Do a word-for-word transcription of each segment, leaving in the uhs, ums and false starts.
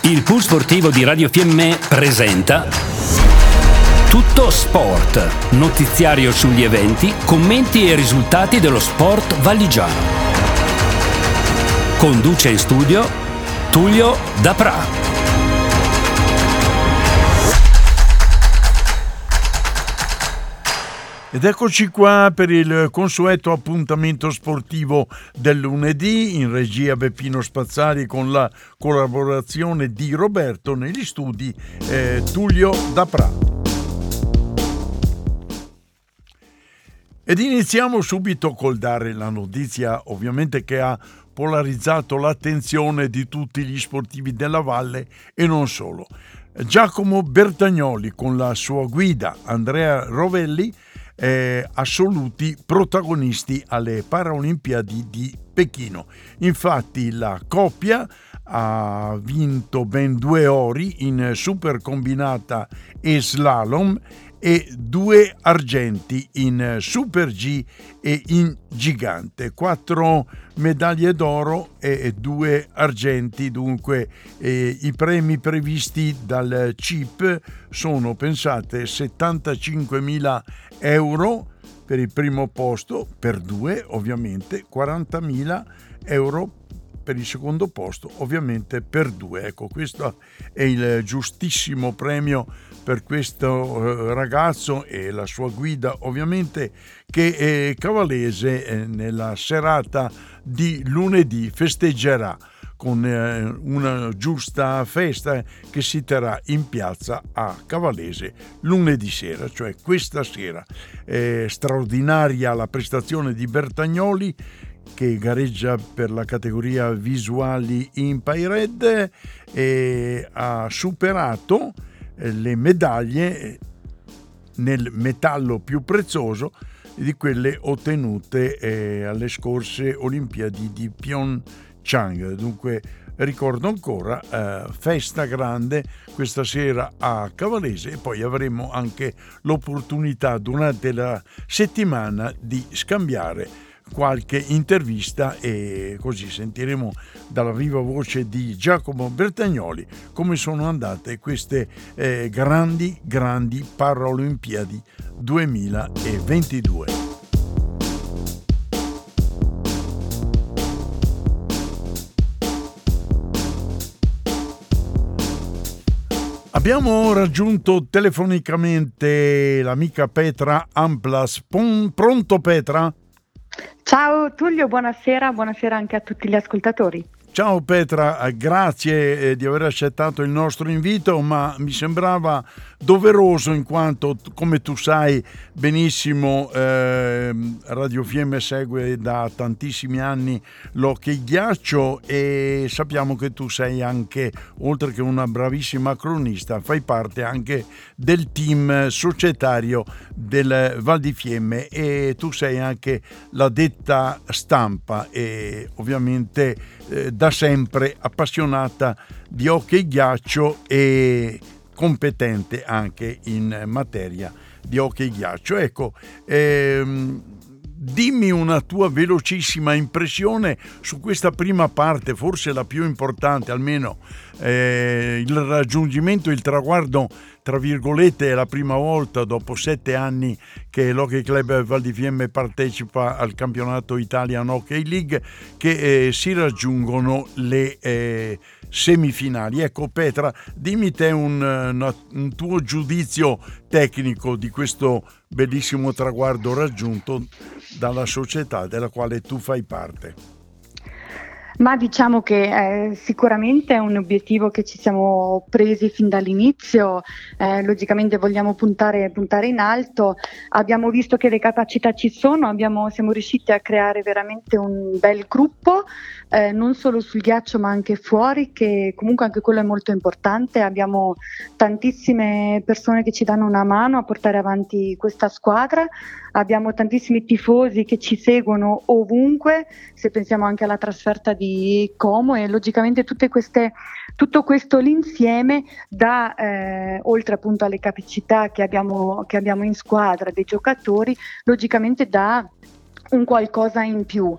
Il Pool Sportivo di Radio Fiemme presenta Tutto Sport, notiziario sugli eventi, commenti e risultati dello sport valligiano. Conduce in studio Tullio Dapra. Ed eccoci qua per il consueto appuntamento sportivo del lunedì, in regia Beppino Spazzari con la collaborazione di Roberto, negli studi eh, Tullio Dapra. Ed iniziamo subito col dare la notizia ovviamente che ha polarizzato l'attenzione di tutti gli sportivi della Valle e non solo. Giacomo Bertagnoli con la sua guida Andrea Rovelli Eh, assoluti protagonisti alle Paralimpiadi di Pechino. Infatti la coppia ha vinto ben due ori in super combinata e slalom e due argenti in super G e in gigante, quattro medaglie d'oro e due argenti. Dunque eh, i premi previsti dal C I P sono, pensate, settantacinquemila euro per il primo posto, per due ovviamente, quarantamila euro per il secondo posto, ovviamente per due. Ecco, questo è il giustissimo premio per questo ragazzo e la sua guida, ovviamente, che è Cavallese eh, nella serata di lunedì festeggerà con eh, una giusta festa che si terrà in piazza a Cavallese lunedì sera, cioè questa sera. È straordinaria la prestazione di Bertagnoli, che gareggia per la categoria visuali in Paired e ha superato le medaglie nel metallo più prezioso di quelle ottenute eh, alle scorse Olimpiadi di Pyeongchang. Dunque ricordo ancora eh, festa grande questa sera a Cavallese, e poi avremo anche l'opportunità durante la settimana di scambiare qualche intervista e così sentiremo dalla viva voce di Giacomo Bertagnoli come sono andate queste eh, grandi grandi Paralimpiadi duemilaventidue. Abbiamo raggiunto telefonicamente l'amica Petra Amplas. Pronto Petra? Ciao Tullio, buonasera, buonasera anche a tutti gli ascoltatori. Ciao Petra, grazie di aver accettato il nostro invito, ma mi sembrava doveroso in quanto, come tu sai benissimo, eh, Radio Fiemme segue da tantissimi anni l'hockey ghiaccio e sappiamo che tu sei anche, oltre che una bravissima cronista, fai parte anche del team societario del Val di Fiemme e tu sei anche l'addetta stampa e ovviamente eh, da sempre appassionata di hockey ghiaccio e competente anche in materia di hockey ghiaccio. Ecco, ehm, dimmi una tua velocissima impressione su questa prima parte, forse la più importante, almeno eh, il raggiungimento, il traguardo, tra virgolette, è la prima volta dopo sette anni che l'Hockey Club Val di Fiemme partecipa al campionato Italian Hockey League, che eh, si raggiungono le eh, semifinali. Ecco Petra, dimmi te un, una, un tuo giudizio tecnico di questo bellissimo traguardo raggiunto dalla società della quale tu fai parte. Ma diciamo che eh, sicuramente è un obiettivo che ci siamo presi fin dall'inizio, eh, logicamente vogliamo puntare, puntare in alto, abbiamo visto che le capacità ci sono, abbiamo, siamo riusciti a creare veramente un bel gruppo, eh, non solo sul ghiaccio ma anche fuori, che comunque anche quello è molto importante, abbiamo tantissime persone che ci danno una mano a portare avanti questa squadra, abbiamo tantissimi tifosi che ci seguono ovunque, se pensiamo anche alla trasferta di Como, e logicamente tutte queste, tutto questo l'insieme dà, eh, oltre appunto alle capacità che abbiamo, che abbiamo in squadra dei giocatori, logicamente dà un qualcosa in più.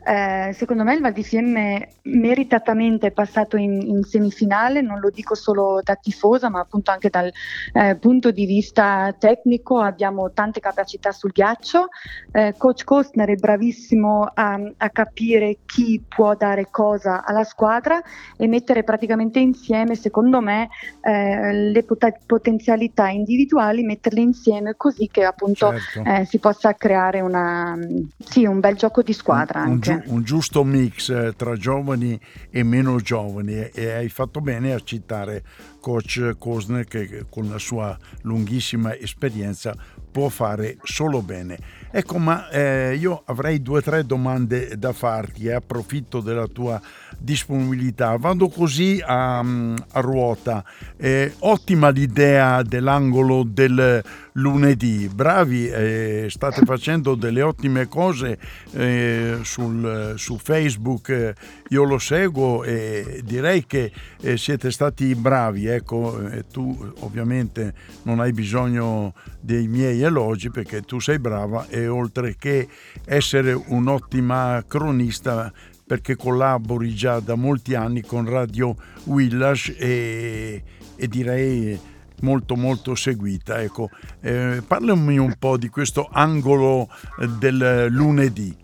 Eh, secondo me il Val di Fiemme meritatamente è passato in, in semifinale, non lo dico solo da tifosa ma appunto anche dal eh, punto di vista tecnico. Abbiamo tante capacità sul ghiaccio, eh, coach Costner è bravissimo a, a capire chi può dare cosa alla squadra e mettere praticamente insieme, secondo me, eh, le pot- potenzialità individuali, metterle insieme così che appunto certo. eh, si possa creare una, sì, un bel gioco di squadra un, anche. Un, giu- un giusto mix eh, tra giovani e meno giovani, e, e hai fatto bene a citare coach Costner che, che con la sua lunghissima esperienza può fare solo bene. Ecco, ma eh, io avrei due o tre domande da farti e approfitto della tua disponibilità. Vado così a, a ruota. Eh, ottima l'idea dell'angolo del lunedì, bravi, eh, state facendo delle ottime cose eh, sul, su Facebook, eh, io lo seguo e direi che eh, siete stati bravi. Ecco, eh, tu ovviamente non hai bisogno dei miei elogi perché tu sei brava, e oltre che essere un'ottima cronista perché collabori già da molti anni con Radio Village e, e direi molto molto seguita. Ecco, eh, parlami un po' di questo angolo del lunedì.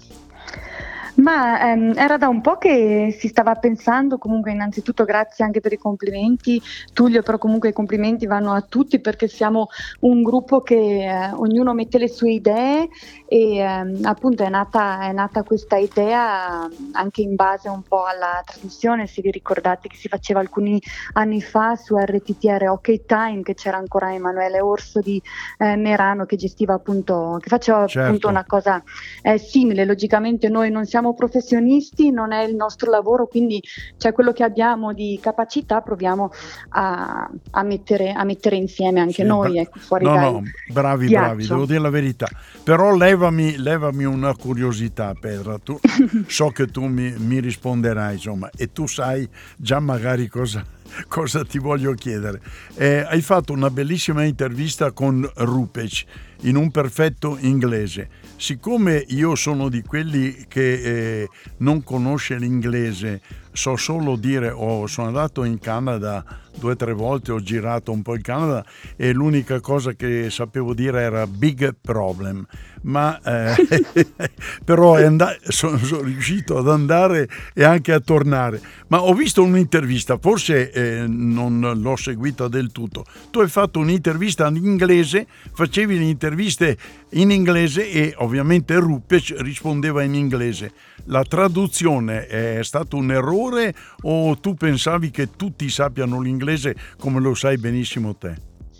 Ma ehm, era da un po' che si stava pensando, comunque innanzitutto grazie anche per i complimenti Tullio, però comunque i complimenti vanno a tutti perché siamo un gruppo che eh, ognuno mette le sue idee e ehm, appunto è nata, è nata questa idea anche in base un po' alla trasmissione. Se vi ricordate che si faceva alcuni anni fa su R T T R Hockey Time, che c'era ancora Emanuele Orso di eh, Merano che gestiva appunto, che faceva certo. appunto una cosa eh, simile. Logicamente noi non siamo professionisti, non è il nostro lavoro, quindi cioè, quello che abbiamo di capacità proviamo a, a, mettere, a mettere insieme anche sì, noi, ecco, fuori no, dal no, bravi, ghiaccio. bravi, devo dire la verità. Però levami, levami una curiosità, Petra, tu, so che tu mi, mi risponderai, insomma, e tu sai già magari cosa, cosa ti voglio chiedere. Eh, hai fatto una bellissima intervista con Rupec in un perfetto inglese. Siccome io sono di quelli che eh, non conosce l'inglese, so solo dire, oh, sono andato in Canada due o tre volte, ho girato un po' il Canada e l'unica cosa che sapevo dire era big problem, ma eh, però è and- sono, sono riuscito ad andare e anche a tornare. Ma ho visto un'intervista, forse eh, non l'ho seguita del tutto. Tu hai fatto un'intervista in inglese, facevi le interviste in inglese e ovviamente Rupec rispondeva in inglese. La traduzione è stato un errore o tu pensavi che tutti sappiano l'inglese come lo sai benissimo te?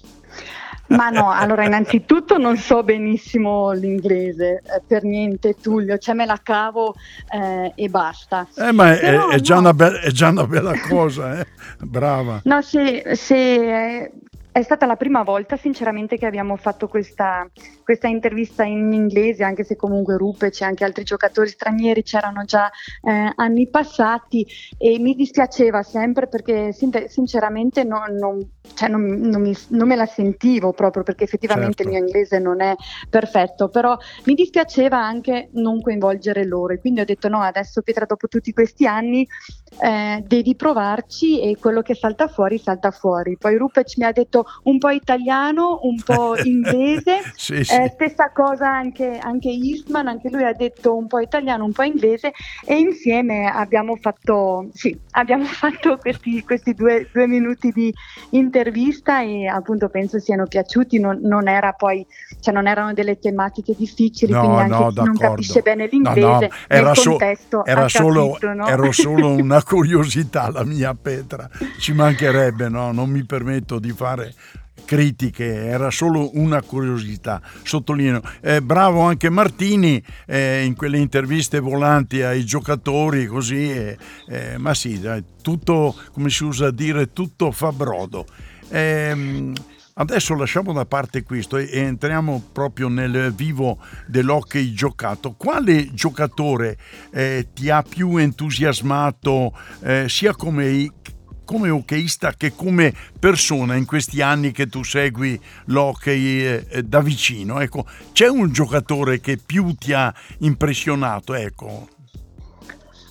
Ma no, allora innanzitutto non so benissimo l'inglese, eh, per niente Tullio, cioè me la cavo eh, e basta. Eh, ma Però, è, è, già no. una be- è già una bella cosa, eh? Brava. No, se, se è stata la prima volta sinceramente che abbiamo fatto questa, questa intervista in inglese, anche se comunque Rupec e anche altri giocatori stranieri c'erano già eh, anni passati, e mi dispiaceva sempre perché sinceramente non, non, cioè non, non, mi, non me la sentivo proprio perché effettivamente certo. il mio inglese non è perfetto, però mi dispiaceva anche non coinvolgere loro e quindi ho detto no, adesso Petra, dopo tutti questi anni eh, devi provarci e quello che salta fuori salta fuori. Poi Rupec mi ha detto un po' italiano, un po' inglese, sì, sì. Eh, stessa cosa anche, anche Eastman, anche lui ha detto un po' italiano, un po' inglese e insieme abbiamo fatto, sì, abbiamo fatto questi, questi due, due minuti di intervista e appunto penso siano piaciuti, non, non era poi, cioè non erano delle tematiche difficili, no, quindi anche no, chi non d'accordo. capisce bene l'inglese no, no, era nel so- contesto era ha solo, capito, no? Era solo una curiosità la mia, Petra, ci mancherebbe, no? Non mi permetto di fare critiche, era solo una curiosità, sottolineo. Eh, bravo anche Martini eh, in quelle interviste volanti ai giocatori così, eh, eh, ma sì, dai, tutto, come si usa a dire, tutto fa brodo. Eh, adesso lasciamo da parte questo e entriamo proprio nel vivo dell'hockey giocato. Quale giocatore eh, ti ha più entusiasmato eh, sia come come hockeyista che come persona in questi anni che tu segui l'hockey eh, da vicino? Ecco, c'è un giocatore che più ti ha impressionato? Ecco.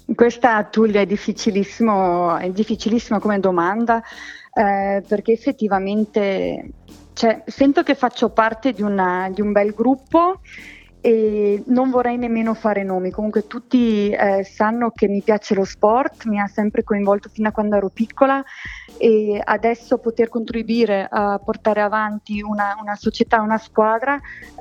Questa, Tullio, è difficilissimo, è difficilissima come domanda, eh, perché effettivamente, cioè, sento che faccio parte di, una, di un bel gruppo e non vorrei nemmeno fare nomi. Comunque tutti eh, sanno che mi piace lo sport, mi ha sempre coinvolto fino a quando ero piccola, e adesso poter contribuire a portare avanti una, una società, una squadra,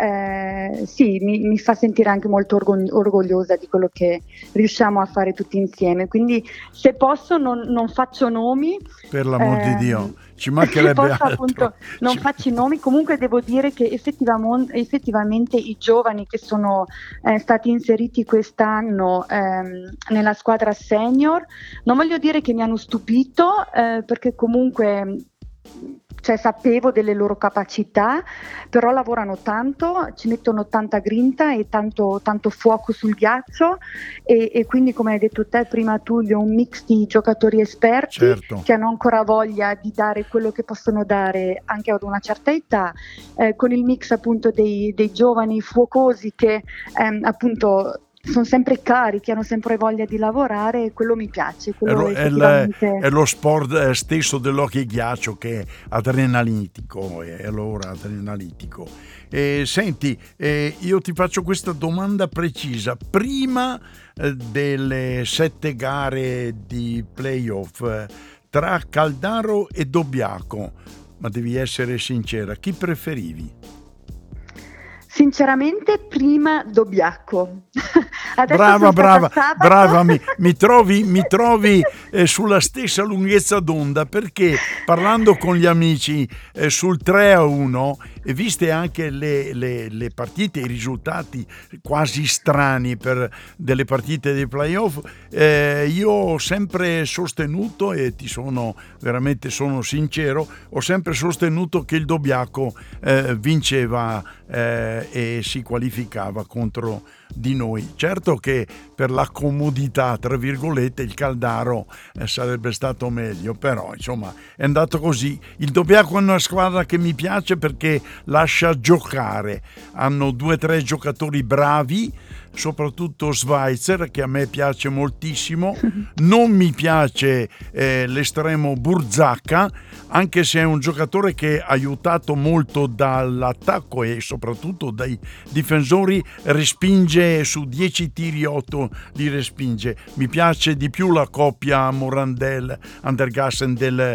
eh, sì, mi, mi fa sentire anche molto orgog- orgogliosa di quello che riusciamo a fare tutti insieme. Quindi se posso non, non faccio nomi. Per l'amor ehm, di Dio, ci mancherebbe posso, altro. appunto, non Ci- faccio i nomi. Comunque devo dire che effettivamo- effettivamente i giovani che sono eh, stati inseriti quest'anno ehm, nella squadra senior, non voglio dire che mi hanno stupito, eh, perché comunque, cioè, sapevo delle loro capacità, però lavorano tanto, ci mettono tanta grinta e tanto, tanto fuoco sul ghiaccio, e, e quindi, come hai detto te prima, Tullio, un mix di giocatori esperti, Certo. che hanno ancora voglia di dare quello che possono dare anche ad una certa età, eh, con il mix appunto dei, dei giovani fuocosi che ehm, appunto sono sempre carichi, hanno sempre voglia di lavorare, e quello mi piace. È Quello lo, è il- effettivamente... è lo sport eh, stesso dell'hockey ghiaccio, che è adrenalitico, è allora adrenalitico. E, senti, eh, io ti faccio questa domanda precisa. Prima eh, delle sette gare di playoff eh, tra Caldaro e Dobbiaco, ma devi essere sincera, chi preferivi? Sinceramente prima Dobbiaco. Adesso Brava, sono stata brava, sabato. brava, mi, mi trovi, mi trovi eh, sulla stessa lunghezza d'onda, perché parlando con gli amici eh, sul tre a uno, e viste anche le, le, le partite, i risultati quasi strani per delle partite dei playoff, eh, io ho sempre sostenuto, e ti sono veramente sono sincero, ho sempre sostenuto che il Dobbiaco eh, vinceva eh, e si qualificava contro di noi. Certo che per la comodità, tra virgolette, il Caldaro eh, sarebbe stato meglio, però insomma è andato così. Il Dobbiaco è una squadra che mi piace perché lascia giocare, hanno due o tre giocatori bravi, soprattutto Schweitzer, che a me piace moltissimo. Non mi piace eh, l'estremo Burzacca, anche se è un giocatore che ha aiutato molto dall'attacco e soprattutto dai difensori, respinge su dieci tiri otto li respinge. Mi piace di più la coppia Morandel-Andergassen del,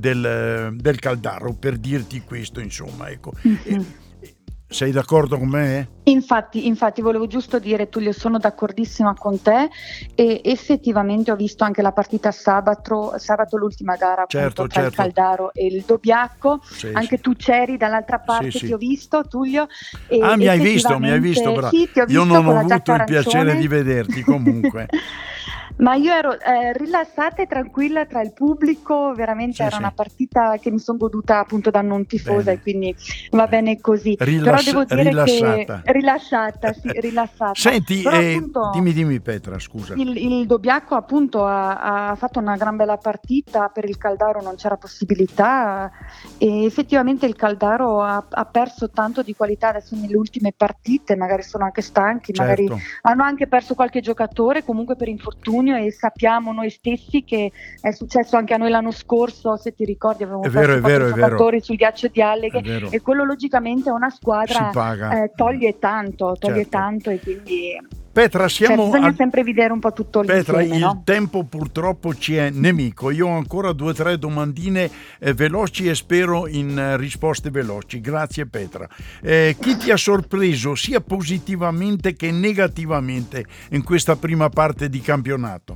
del, del Caldaro, per dirti questo, insomma, ecco. Mhm. E, sei d'accordo con me? Infatti, infatti volevo giusto dire, Tullio, sono d'accordissima con te, e effettivamente ho visto anche la partita sabato, sabato l'ultima gara, appunto, Certo, tra il certo. Caldaro e il Dobbiaco. Sì, Anche sì. tu c'eri dall'altra parte, Sì, sì. ti ho visto, Tullio. E Ah, mi hai visto, mi hai visto, effettivamente- bravo. Sì, ti ho Io visto non con ho la avuto giacca il piacere arancione. di vederti comunque. Ma io ero eh, rilassata e tranquilla tra il pubblico, veramente Sì, era sì. una partita che mi sono goduta appunto da non tifosa, Bene. e quindi va bene così. Rilass- Però devo dire rilassata. che rilassata, sì, rilassata. Senti, Però eh, appunto dimmi, dimmi Petra, scusa. il, il Dobbiaco appunto ha, ha fatto una gran bella partita, per il Caldaro non c'era possibilità, e effettivamente il Caldaro ha, ha perso tanto di qualità adesso nelle ultime partite, magari sono anche stanchi, magari Certo. hanno anche perso qualche giocatore comunque per infortunio, e sappiamo noi stessi che è successo anche a noi l'anno scorso, se ti ricordi avevamo È perso vero, è quattro vero, è vero. giocatori sul ghiaccio di È Alleghe, vero. e quello logicamente è una squadra, Si paga. eh, toglie tanto, toglie Certo. tanto, e quindi Petra, cioè, siamo bisogna al- sempre vedere un po' tutto Petra, l'insieme, il no? tempo purtroppo ci è nemico. Io ho ancora due o tre domandine eh, veloci e spero in eh, risposte veloci. Grazie Petra. Eh, chi ti ha sorpreso sia positivamente che negativamente in questa prima parte di campionato?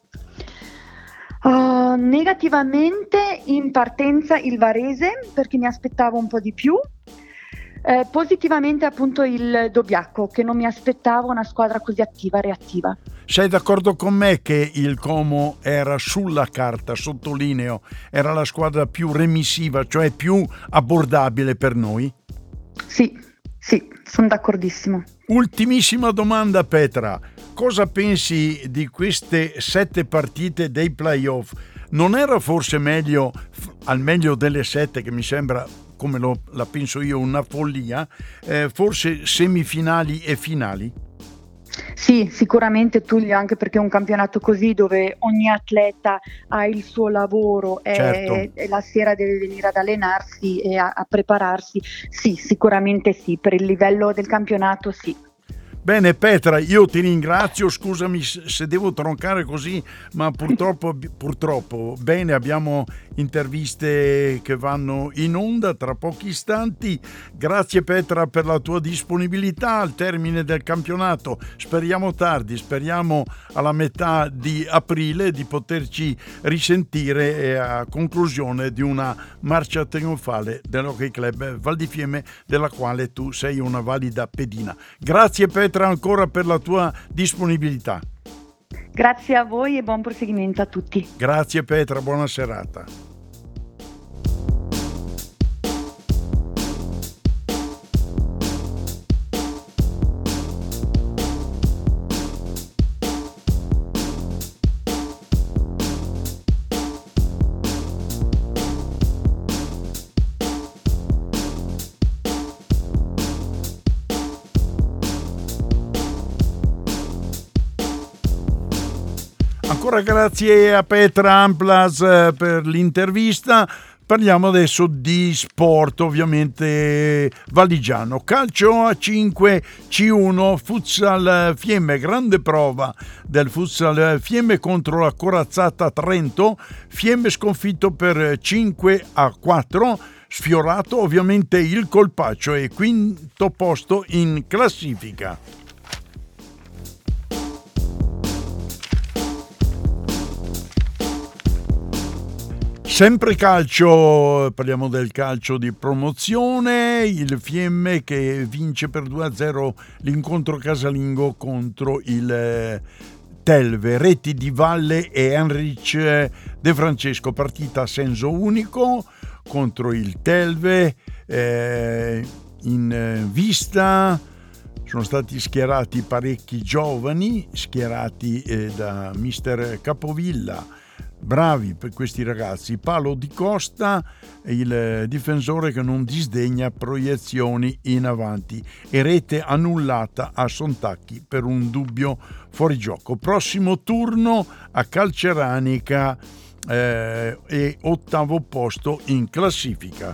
Uh, negativamente in partenza il Varese, perché mi aspettavo un po' di più. Eh, positivamente appunto il Dobbiaco, che non mi aspettavo una squadra così attiva, reattiva. Sei d'accordo con me che il Como era sulla carta, sottolineo, era la squadra più remissiva, cioè più abbordabile per noi? Sì, sì, sono d'accordissimo. Ultimissima domanda Petra, cosa pensi di queste sette partite dei playoff? Non era forse meglio, f- al meglio delle sette, che mi sembra, come lo, la penso io, una follia, eh, forse semifinali e finali? Sì, sicuramente Tullio, anche perché è un campionato così dove ogni atleta ha il suo lavoro e, Certo. e la sera deve venire ad allenarsi e a, a prepararsi. Sì, sicuramente sì, per il livello del campionato sì. Bene Petra, io ti ringrazio, scusami se devo troncare così, ma purtroppo, purtroppo, bene, abbiamo interviste che vanno in onda tra pochi istanti. Grazie Petra per la tua disponibilità al termine del campionato, speriamo tardi, speriamo alla metà di aprile di poterci risentire a conclusione di una marcia trionfale dell'Hockey Club Val di Fiemme, della quale tu sei una valida pedina. Grazie Petra ancora per la tua disponibilità. Grazie a voi e buon proseguimento a tutti. Grazie Petra, buona serata. Ancora grazie a Petra Amplas per l'intervista. Parliamo adesso di sport, ovviamente valigiano. Calcio a cinque C uno, Futsal Fiemme, grande prova del Futsal Fiemme contro la Corazzata Trento. Fiemme sconfitto per cinque a quattro, sfiorato ovviamente il colpaccio e quinto posto in classifica. Sempre calcio, parliamo del calcio di promozione, il Fiemme che vince per due a zero l'incontro casalingo contro il Telve, reti di Valle e Henrich De Francesco, partita a senso unico contro il Telve, eh, in vista sono stati schierati parecchi giovani, schierati eh, da mister Capovilla. Bravi per questi ragazzi. Palo di Costa, il difensore che non disdegna proiezioni in avanti, e rete annullata a Sontacchi per un dubbio fuorigioco. Prossimo turno a Calceranica eh, e ottavo posto in classifica.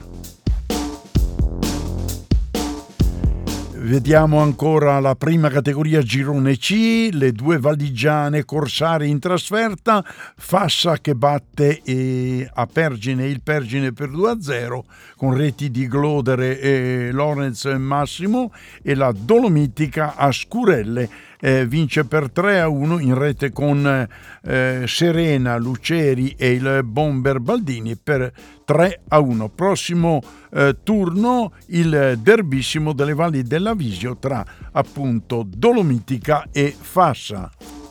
Vediamo ancora la prima categoria girone C, le due valigiane Corsari in trasferta, Fassa che batte eh, a Pergine il Pergine per due a zero con reti di Glodere e Lorenz Massimo, e la Dolomitica a Scurelle eh, vince per tre a uno in rete con eh, Serena Luceri e il Bomber Baldini per tre a uno. Prossimo eh, turno il derbissimo delle Valli dell'Avisio tra appunto Dolomitica e Fassa.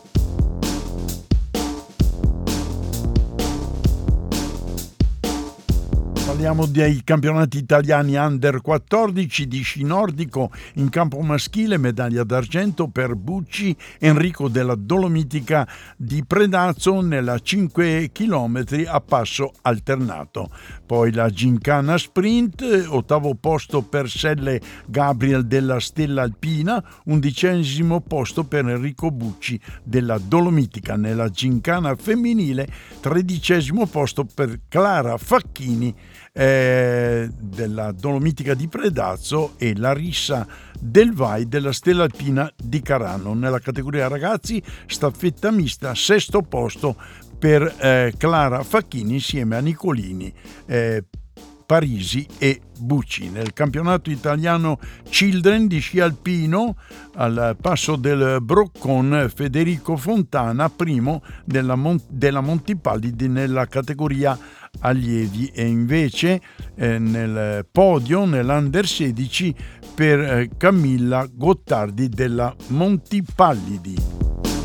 Parliamo dei campionati italiani under quattordici di sci nordico in campo maschile, medaglia d'argento per Bucci Enrico della Dolomitica di Predazzo nella cinque chilometri a passo alternato. Poi la gincana sprint, ottavo posto per Selle Gabriel della Stella Alpina, undicesimo posto per Enrico Bucci della Dolomitica. Nella gincana femminile, tredicesimo posto per Clara Facchini Eh, della Dolomitica di Predazzo e Larissa Del Vai della Stella Alpina di Carano. Nella categoria ragazzi, staffetta mista, sesto posto per eh, Clara Facchini insieme a Nicolini, eh, Parisi e Bucci. Nel campionato italiano Children di sci alpino, al passo del Broccon, Federico Fontana primo della, Mon- della Montipallidi nella categoria allievi, e invece eh, nel podio nell'Under sedici per eh, Camilla Gottardi della Montipallidi.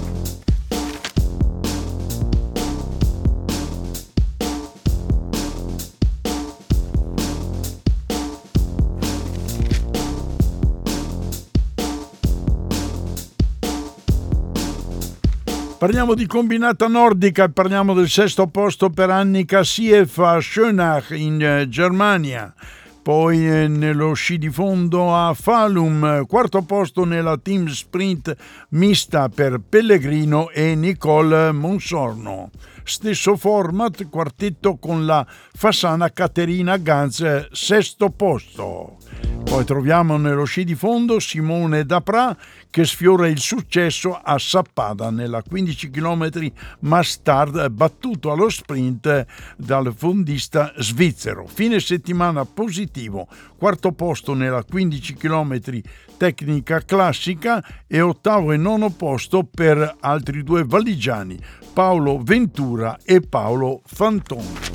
Parliamo di combinata nordica, parliamo del sesto posto per Annika Sief a Schönach in Germania. Poi eh, nello sci di fondo a Falun, quarto posto nella team sprint mista per Pellegrino e Nicole Monsorno. Stesso format, quartetto con la fassana Caterina Ganz, sesto posto. Poi troviamo nello sci di fondo Simone Dapra che sfiora il successo a Sappada nella quindici chilometri Mastard, battuto allo sprint dal fondista svizzero. Fine settimana positivo, quarto posto nella quindici chilometri tecnica classica e ottavo e nono posto per altri due valligiani, Paolo Ventura e Paolo Fantoni.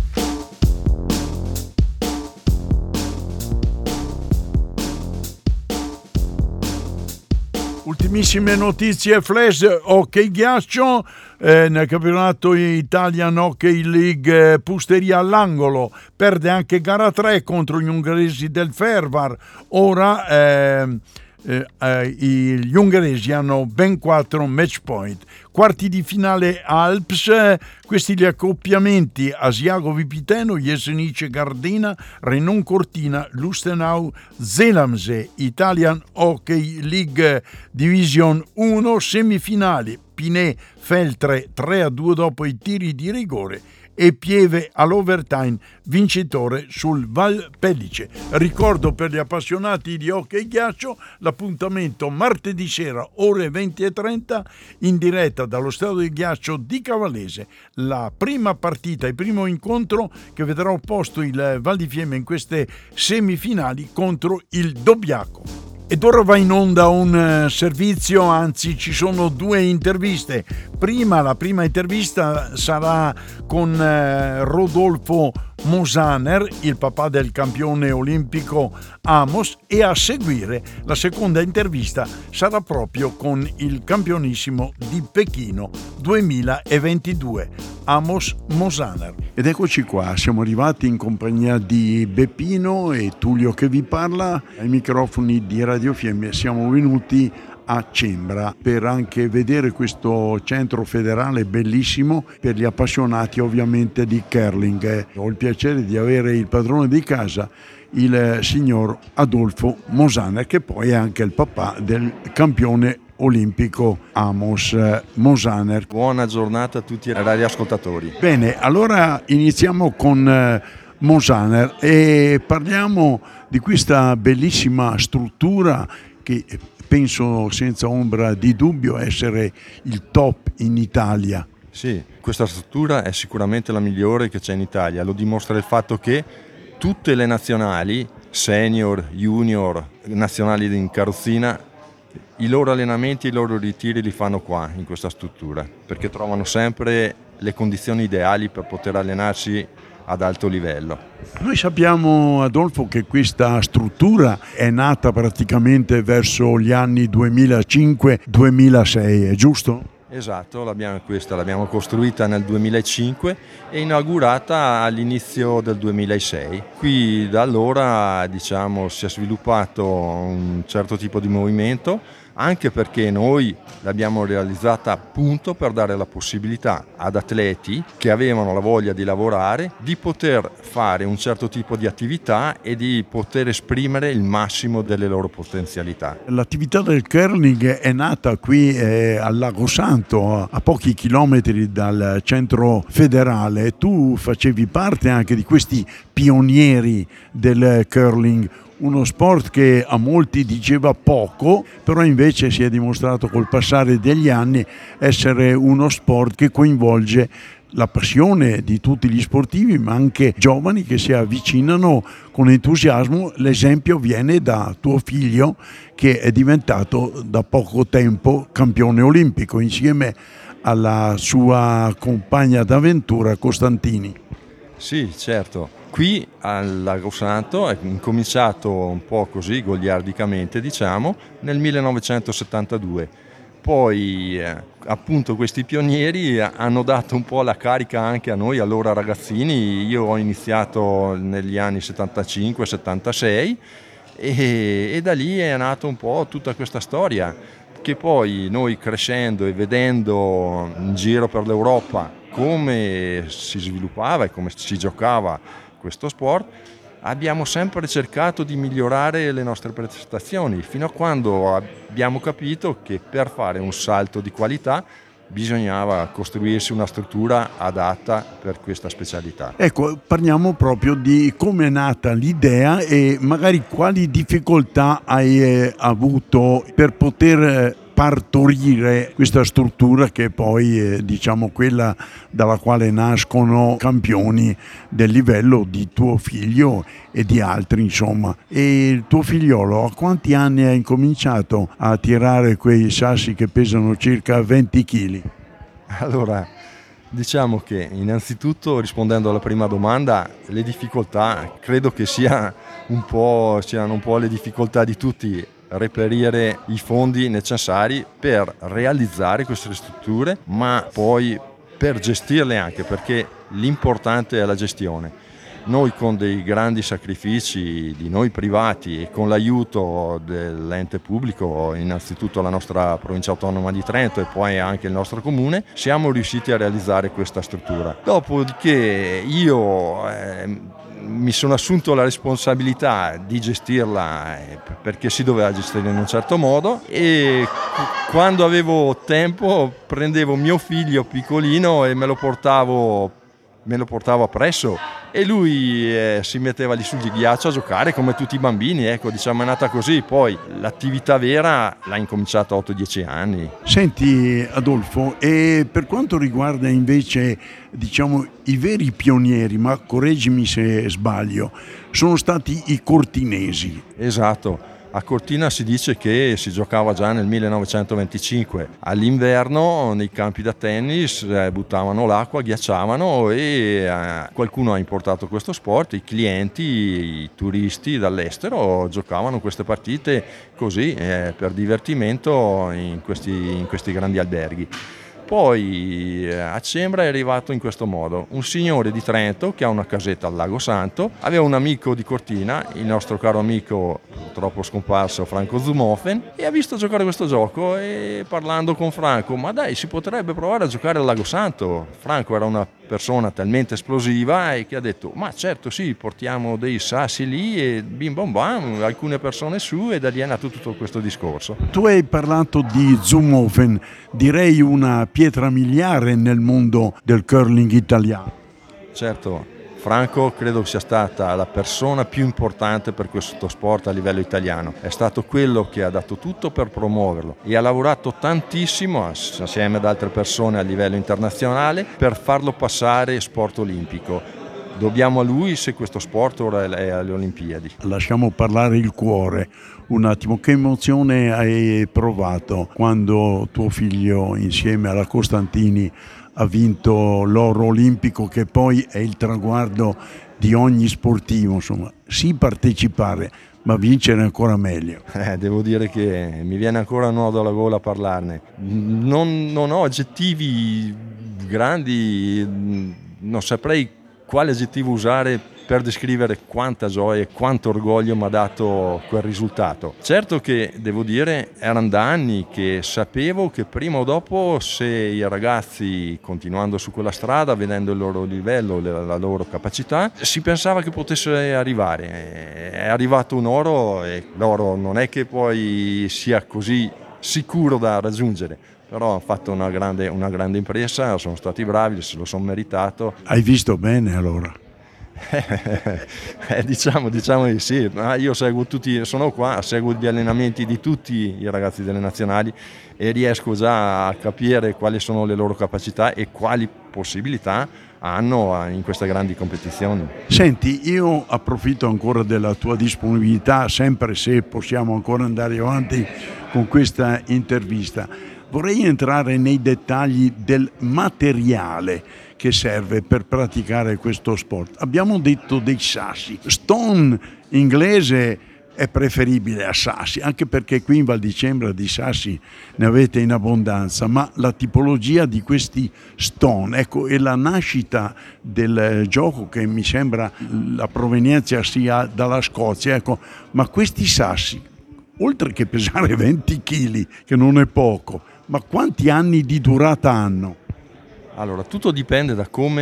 Ultimissime notizie flash, hockey ghiaccio, eh, nel campionato Italian Hockey League eh, Pusteria all'angolo, perde anche gara tre contro gli ungheresi del Fervar, ora eh, eh, eh, gli ungheresi hanno ben quattro match point. Quarti di finale Alps, eh, questi gli accoppiamenti Asiago Vipiteno, Jesenice Gardena, Renon Cortina, Lustenau Zelamse, Italian Hockey League Division uno, semifinali Pinè Feltre tre a due dopo i tiri di rigore e Pieve all'overtime vincitore sul Val Pellice. Ricordo per gli appassionati di hockey ghiaccio l'appuntamento martedì sera ore venti e trenta in diretta dallo stadio di ghiaccio di Cavallese, la prima partita, il primo incontro che vedrà opposto il Val di Fiemme in queste semifinali contro il Dobbiaco. Ed ora va in onda un servizio, anzi ci sono due interviste. Prima, la prima intervista sarà con eh, Rodolfo Mosaner, il papà del campione olimpico Amos, e a seguire la seconda intervista sarà proprio con il campionissimo di Pechino duemilaventidue, Amos Mosaner. Ed eccoci qua, siamo arrivati in compagnia di Beppino e Tullio che vi parla ai microfoni di Radio Fiemme. Siamo venuti a Cembra per anche vedere questo centro federale bellissimo per gli appassionati ovviamente di curling. Ho il piacere di avere il padrone di casa, il signor Adolfo Mosaner, che poi è anche il papà del campione olimpico Amos Mosaner. Buona giornata a tutti i radioascoltatori. Bene, allora iniziamo con Mosaner e parliamo di questa bellissima struttura che penso senza ombra di dubbio essere il top in Italia. Sì, questa struttura è sicuramente la migliore che c'è in Italia, lo dimostra il fatto che tutte le nazionali, senior, junior, nazionali in carrozzina, i loro allenamenti, i loro ritiri li fanno qua, in questa struttura, perché trovano sempre le condizioni ideali per poter allenarsi ad alto livello. Noi sappiamo, Adolfo, che questa struttura è nata praticamente verso gli anni duemilacinque duemilasei, è giusto? Esatto, l'abbiamo, questa l'abbiamo costruita nel duemilacinque e inaugurata all'inizio del duemilasei. Qui da allora, diciamo, si è sviluppato un certo tipo di movimento, anche perché noi l'abbiamo realizzata appunto per dare la possibilità ad atleti che avevano la voglia di lavorare di poter fare un certo tipo di attività e di poter esprimere il massimo delle loro potenzialità. L'attività del curling è nata qui eh, al Lago Santo, a pochi chilometri dal centro federale. Tu facevi parte anche di questi pionieri del curling, uno sport che a molti diceva poco, però invece si è dimostrato col passare degli anni essere uno sport che coinvolge la passione di tutti gli sportivi, ma anche giovani che si avvicinano con entusiasmo. L'esempio viene da tuo figlio, che è diventato da poco tempo campione olimpico insieme alla sua compagna d'avventura Costantini. Sì, certo. Qui al Lago Santo è incominciato un po' così, goliardicamente diciamo, nel millenovecentosettantadue. Poi eh, appunto questi pionieri hanno dato un po' la carica anche a noi, allora ragazzini. Io ho iniziato negli anni settantacinque settantasei e, e da lì è nata un po' tutta questa storia, che poi noi crescendo e vedendo in giro per l'Europa come si sviluppava e come si giocava questo sport, abbiamo sempre cercato di migliorare le nostre prestazioni, fino a quando abbiamo capito che per fare un salto di qualità bisognava costruirsi una struttura adatta per questa specialità. Ecco, parliamo proprio di come è nata l'idea e magari quali difficoltà hai eh, avuto per poter eh, partorire questa struttura che è poi è, diciamo, quella dalla quale nascono campioni del livello di tuo figlio e di altri, insomma. E il tuo figliolo a quanti anni ha incominciato a tirare quei sassi che pesano circa venti chili? Allora, diciamo che innanzitutto, rispondendo alla prima domanda, le difficoltà credo che sia un po', siano un po' le difficoltà di tutti, reperire i fondi necessari per realizzare queste strutture, ma poi per gestirle anche, perché l'importante è la gestione. Noi, con dei grandi sacrifici di noi privati e con l'aiuto dell'ente pubblico, innanzitutto la nostra provincia autonoma di Trento e poi anche il nostro comune, siamo riusciti a realizzare questa struttura. Dopodiché io eh, mi sono assunto la responsabilità di gestirla, eh, perché si doveva gestire in un certo modo, e quando avevo tempo prendevo mio figlio piccolino e me lo portavo me lo portavo appresso e lui eh, si metteva lì sul ghiaccio a giocare come tutti i bambini, ecco, diciamo, è nata così. Poi l'attività vera l'ha incominciata a otto dieci anni. Senti Adolfo, e per quanto riguarda invece, diciamo, i veri pionieri, ma correggimi se sbaglio, sono stati i cortinesi. Esatto. A Cortina si dice che si giocava già nel millenovecentoventicinque. All'inverno nei campi da tennis eh, buttavano l'acqua, ghiacciavano e eh, qualcuno ha importato questo sport. I clienti, i turisti dall'estero giocavano queste partite così eh, per divertimento in questi, in questi grandi alberghi. Poi a Cembra è arrivato in questo modo: un signore di Trento che ha una casetta al Lago Santo, aveva un amico di Cortina, il nostro caro amico purtroppo scomparso Franco Zumofen, e ha visto giocare questo gioco, e parlando con Franco: ma dai, si potrebbe provare a giocare al Lago Santo. Franco era una persona talmente esplosiva e che ha detto: ma certo, sì, portiamo dei sassi lì e bim bam bam, alcune persone su, e da lì è nato tutto questo discorso. Tu hai parlato di Zumofen, direi una pietra miliare nel mondo del curling italiano. Certo, Franco credo sia stata la persona più importante per questo sport a livello italiano. È stato quello che ha dato tutto per promuoverlo e ha lavorato tantissimo assieme ad altre persone a livello internazionale per farlo passare sport olimpico. Dobbiamo a lui se questo sport ora è alle Olimpiadi. Lasciamo parlare il cuore un attimo. Che emozione hai provato quando tuo figlio insieme alla Costantini ha vinto l'oro olimpico, che poi è il traguardo di ogni sportivo, insomma, sì, partecipare, ma vincere ancora meglio. Eh, devo dire che mi viene ancora un nodo alla gola a parlarne. Non, non ho aggettivi grandi, non saprei quale aggettivo usare per descrivere quanta gioia e quanto orgoglio mi ha dato quel risultato. Certo che devo dire, erano da anni che sapevo che prima o dopo, se i ragazzi, continuando su quella strada, vedendo il loro livello, la loro capacità, si pensava che potesse arrivare. È arrivato un oro, e l'oro non è che poi sia così sicuro da raggiungere, però hanno fatto una grande, una grande impresa, sono stati bravi, se lo sono meritato. Hai visto bene allora? eh, diciamo, diciamo di sì. Io seguo tutti, sono qua, seguo gli allenamenti di tutti i ragazzi delle nazionali e riesco già a capire quali sono le loro capacità e quali possibilità hanno in queste grandi competizioni. Senti, io approfitto ancora della tua disponibilità, sempre se possiamo ancora andare avanti con questa intervista. Vorrei entrare nei dettagli del materiale che serve per praticare questo sport. Abbiamo detto dei sassi. Stone inglese è preferibile a sassi, anche perché qui in Val di Cembra di sassi ne avete in abbondanza, ma la tipologia di questi stone, ecco, e la nascita del gioco, che mi sembra la provenienza sia dalla Scozia, ecco, ma questi sassi, oltre che pesare venti chili, che non è poco, ma quanti anni di durata hanno? Allora, tutto dipende da come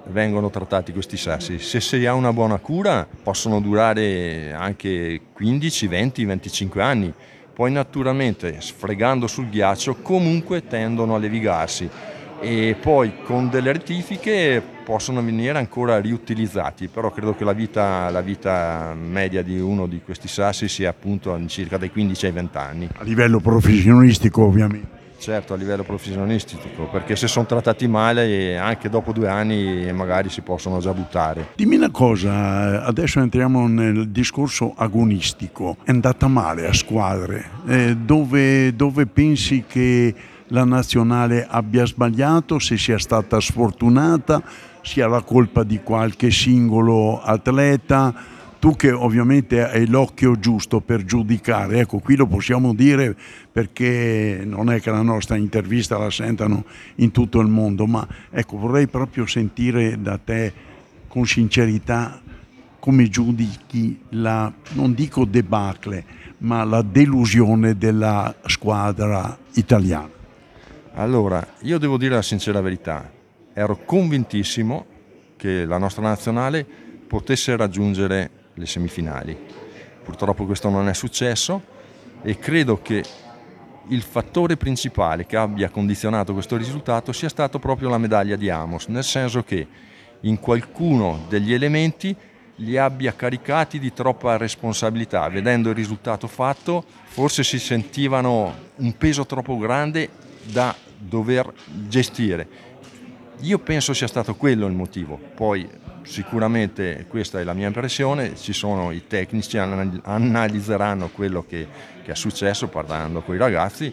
vengono trattati questi sassi. Se si ha una buona cura possono durare anche quindici, venti, venticinque anni. Poi naturalmente sfregando sul ghiaccio comunque tendono a levigarsi e poi con delle rettifiche possono venire ancora riutilizzati, però credo che la vita, la vita media di uno di questi sassi sia appunto circa dai quindici ai venti anni. A livello professionistico ovviamente. Certo, a livello professionistico, perché se sono trattati male anche dopo due anni magari si possono già buttare. Dimmi una cosa, adesso entriamo nel discorso agonistico. È andata male a squadre, eh, dove, dove pensi che la nazionale abbia sbagliato, se sia stata sfortunata, sia la colpa di qualche singolo atleta? Tu che ovviamente hai l'occhio giusto per giudicare, ecco, qui lo possiamo dire perché non è che la nostra intervista la sentano in tutto il mondo, ma ecco, vorrei proprio sentire da te con sincerità come giudichi la, non dico debacle, ma la delusione della squadra italiana. Allora, io devo dire la sincera verità, ero convintissimo che la nostra nazionale potesse raggiungere le semifinali. Purtroppo questo non è successo e credo che il fattore principale che abbia condizionato questo risultato sia stato proprio la medaglia di Amos, nel senso che in qualcuno degli elementi li abbia caricati di troppa responsabilità. Vedendo il risultato fatto, forse si sentivano un peso troppo grande da dover gestire. Io penso sia stato quello il motivo. Poi sicuramente, questa è la mia impressione, ci sono i tecnici, analizzeranno quello che, che è successo parlando con i ragazzi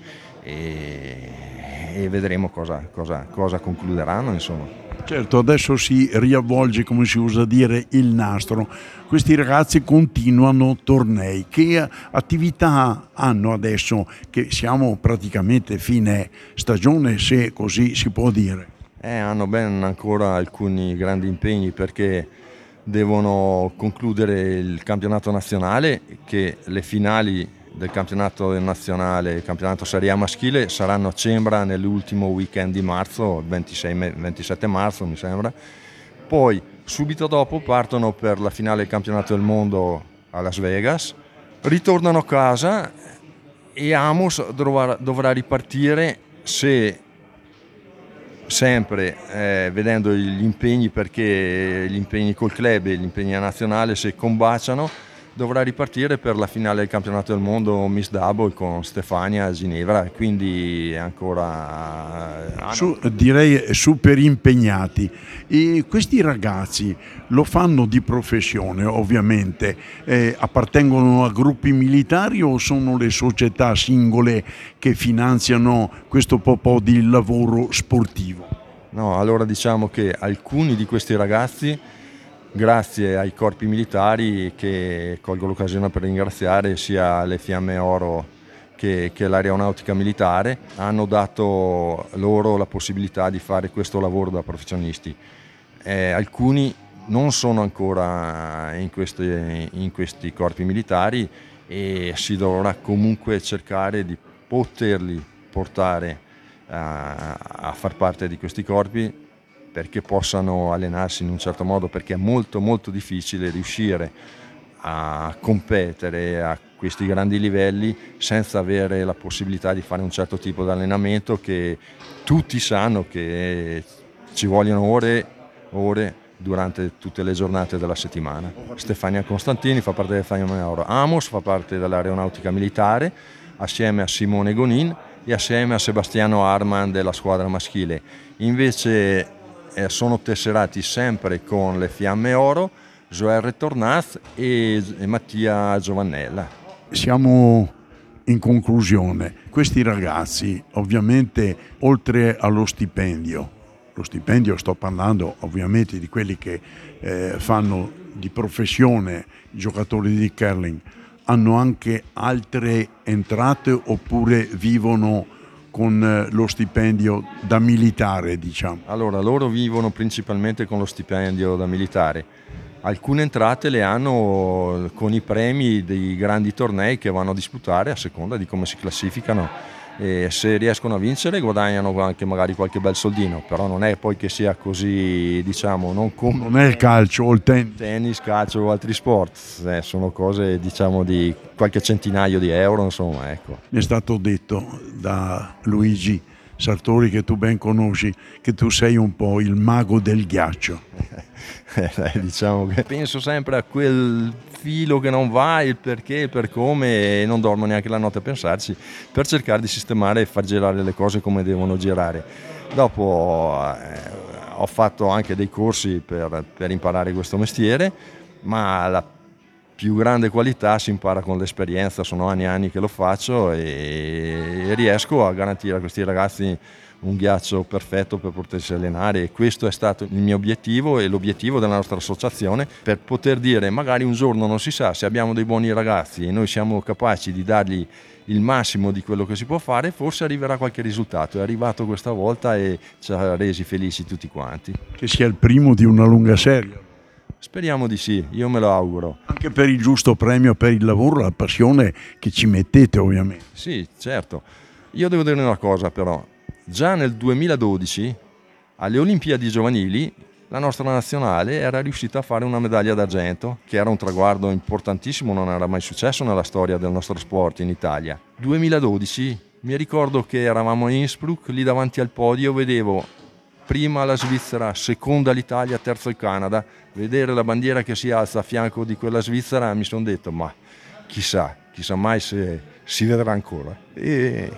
e, e vedremo cosa, cosa, cosa concluderanno, insomma. Certo, adesso si riavvolge, come si usa dire, il nastro. Questi ragazzi continuano tornei. Che attività hanno adesso che siamo praticamente fine stagione, se così si può dire? Eh, hanno ben ancora alcuni grandi impegni perché devono concludere il campionato nazionale, che le finali del campionato nazionale, il campionato Serie A maschile, saranno a Cembra nell'ultimo weekend di marzo, ventisei, ventisette marzo mi sembra. Poi subito dopo partono per la finale del campionato del mondo a Las Vegas, ritornano a casa e Amos dovrà, dovrà ripartire, se sempre eh, vedendo gli impegni, perché gli impegni col club e gli impegni a nazionale se combaciano, dovrà ripartire per la finale del campionato del mondo Miss Double con Stefania a Ginevra, quindi ancora ah, no. Su, direi super impegnati. E questi ragazzi lo fanno di professione ovviamente, eh, appartengono a gruppi militari o sono le società singole che finanziano questo po' di lavoro sportivo? No, allora diciamo che alcuni di questi ragazzi, grazie ai corpi militari, che colgo l'occasione per ringraziare sia le Fiamme Oro che, che l'aeronautica militare, hanno dato loro la possibilità di fare questo lavoro da professionisti. Eh, alcuni non sono ancora in questi, in questi corpi militari e si dovrà comunque cercare di poterli portare a, a far parte di questi corpi, perché possano allenarsi in un certo modo, perché è molto molto difficile riuscire a competere a questi grandi livelli senza avere la possibilità di fare un certo tipo di allenamento, che tutti sanno che ci vogliono ore ore durante tutte le giornate della settimana. Stefania Constantini fa parte del Fiamme Oro, Amos fa parte dell'aeronautica militare assieme a Simone Gonin e assieme a Sebastiano Arman della squadra maschile. Invece Eh, sono tesserati sempre con le Fiamme Oro Joel Tornaz e, e Mattia Giovannella. Siamo in conclusione. Questi ragazzi ovviamente, oltre allo stipendio, lo stipendio sto parlando ovviamente di quelli che eh, fanno di professione i giocatori di curling, hanno anche altre entrate oppure vivono con lo stipendio da militare, diciamo? Allora, loro vivono principalmente con lo stipendio da militare. Alcune entrate le hanno con i premi dei grandi tornei che vanno a disputare a seconda di come si classificano e se riescono a vincere guadagnano anche magari qualche bel soldino, però non è poi che sia così, diciamo, non come non è il calcio o il tennis, tennis, calcio o altri sport, eh, sono cose, diciamo, di qualche centinaio di euro, insomma, ecco. mi è stato detto da Luigi Sartori, che tu ben conosci, che tu sei un po' il mago del ghiaccio. Eh, diciamo che penso sempre a quel filo che non va, il perché, il per come, e non dormo neanche la notte a pensarci, per cercare di sistemare e far girare le cose come devono girare. Dopo eh, ho fatto anche dei corsi per, per imparare questo mestiere, ma la più grande qualità si impara con l'esperienza. Sono anni e anni che lo faccio e riesco a garantire a questi ragazzi un ghiaccio perfetto per potersi allenare, e questo è stato il mio obiettivo e l'obiettivo della nostra associazione, per poter dire magari un giorno, non si sa, se abbiamo dei buoni ragazzi e noi siamo capaci di dargli il massimo di quello che si può fare, forse arriverà qualche risultato. È arrivato questa volta e ci ha resi felici tutti quanti. Che sia il primo di una lunga serie. Speriamo di sì, io me lo auguro. Anche per il giusto premio per il lavoro, la passione che ci mettete, ovviamente. Sì, certo. Io devo dire una cosa però, già nel duemiladodici alle Olimpiadi giovanili la nostra nazionale era riuscita a fare una medaglia d'argento, che era un traguardo importantissimo, non era mai successo nella storia del nostro sport in Italia. duemiladodici, mi ricordo che eravamo a Innsbruck, lì davanti al podio vedevo prima la Svizzera, seconda l'Italia, terza il Canada. Vedere la bandiera che si alza a fianco di quella Svizzera, mi sono detto, ma chissà, chissà mai se si vedrà ancora. E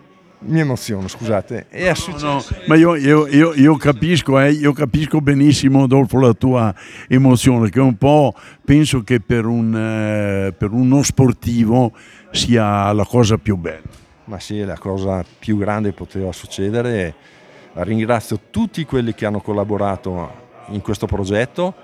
mi emoziono, scusate. È no, no, ma io, io, io, io capisco, eh, io capisco benissimo, Adolfo, la tua emozione, che un po' penso che per, un, eh, per uno sportivo sia la cosa più bella. Ma sì, la cosa più grande che poteva succedere. Ringrazio tutti quelli che hanno collaborato in questo progetto,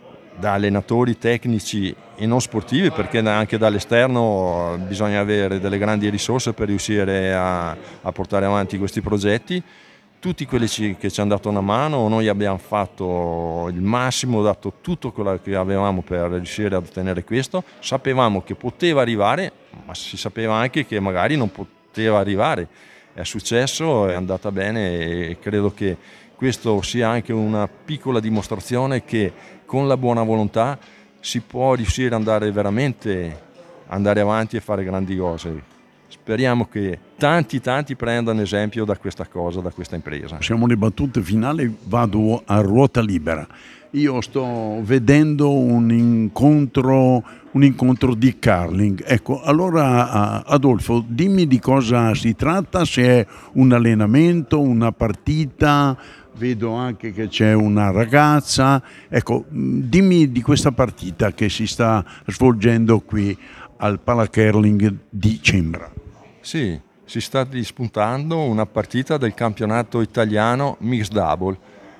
da allenatori, tecnici e non sportivi, perché anche dall'esterno bisogna avere delle grandi risorse per riuscire a, a portare avanti questi progetti. Tutti quelli ci, che ci hanno dato una mano, noi abbiamo fatto il massimo, dato tutto quello che avevamo per riuscire ad ottenere questo. Sapevamo che poteva arrivare, ma si sapeva anche che magari non poteva arrivare. È successo, è andata bene e credo che questo sia anche una piccola dimostrazione che con la buona volontà si può riuscire ad andare veramente andare avanti e fare grandi cose. Speriamo che tanti tanti prendano esempio da questa cosa, da questa impresa. Siamo alle battute finali, vado a ruota libera. Io sto vedendo un incontro, un incontro di curling. Ecco, allora Adolfo, dimmi di cosa si tratta, se è un allenamento, una partita, vedo anche che c'è una ragazza. Ecco, dimmi di questa partita che si sta svolgendo qui al Palacurling di Cembra. Sì, si sta disputando una partita del campionato italiano Mixed Double.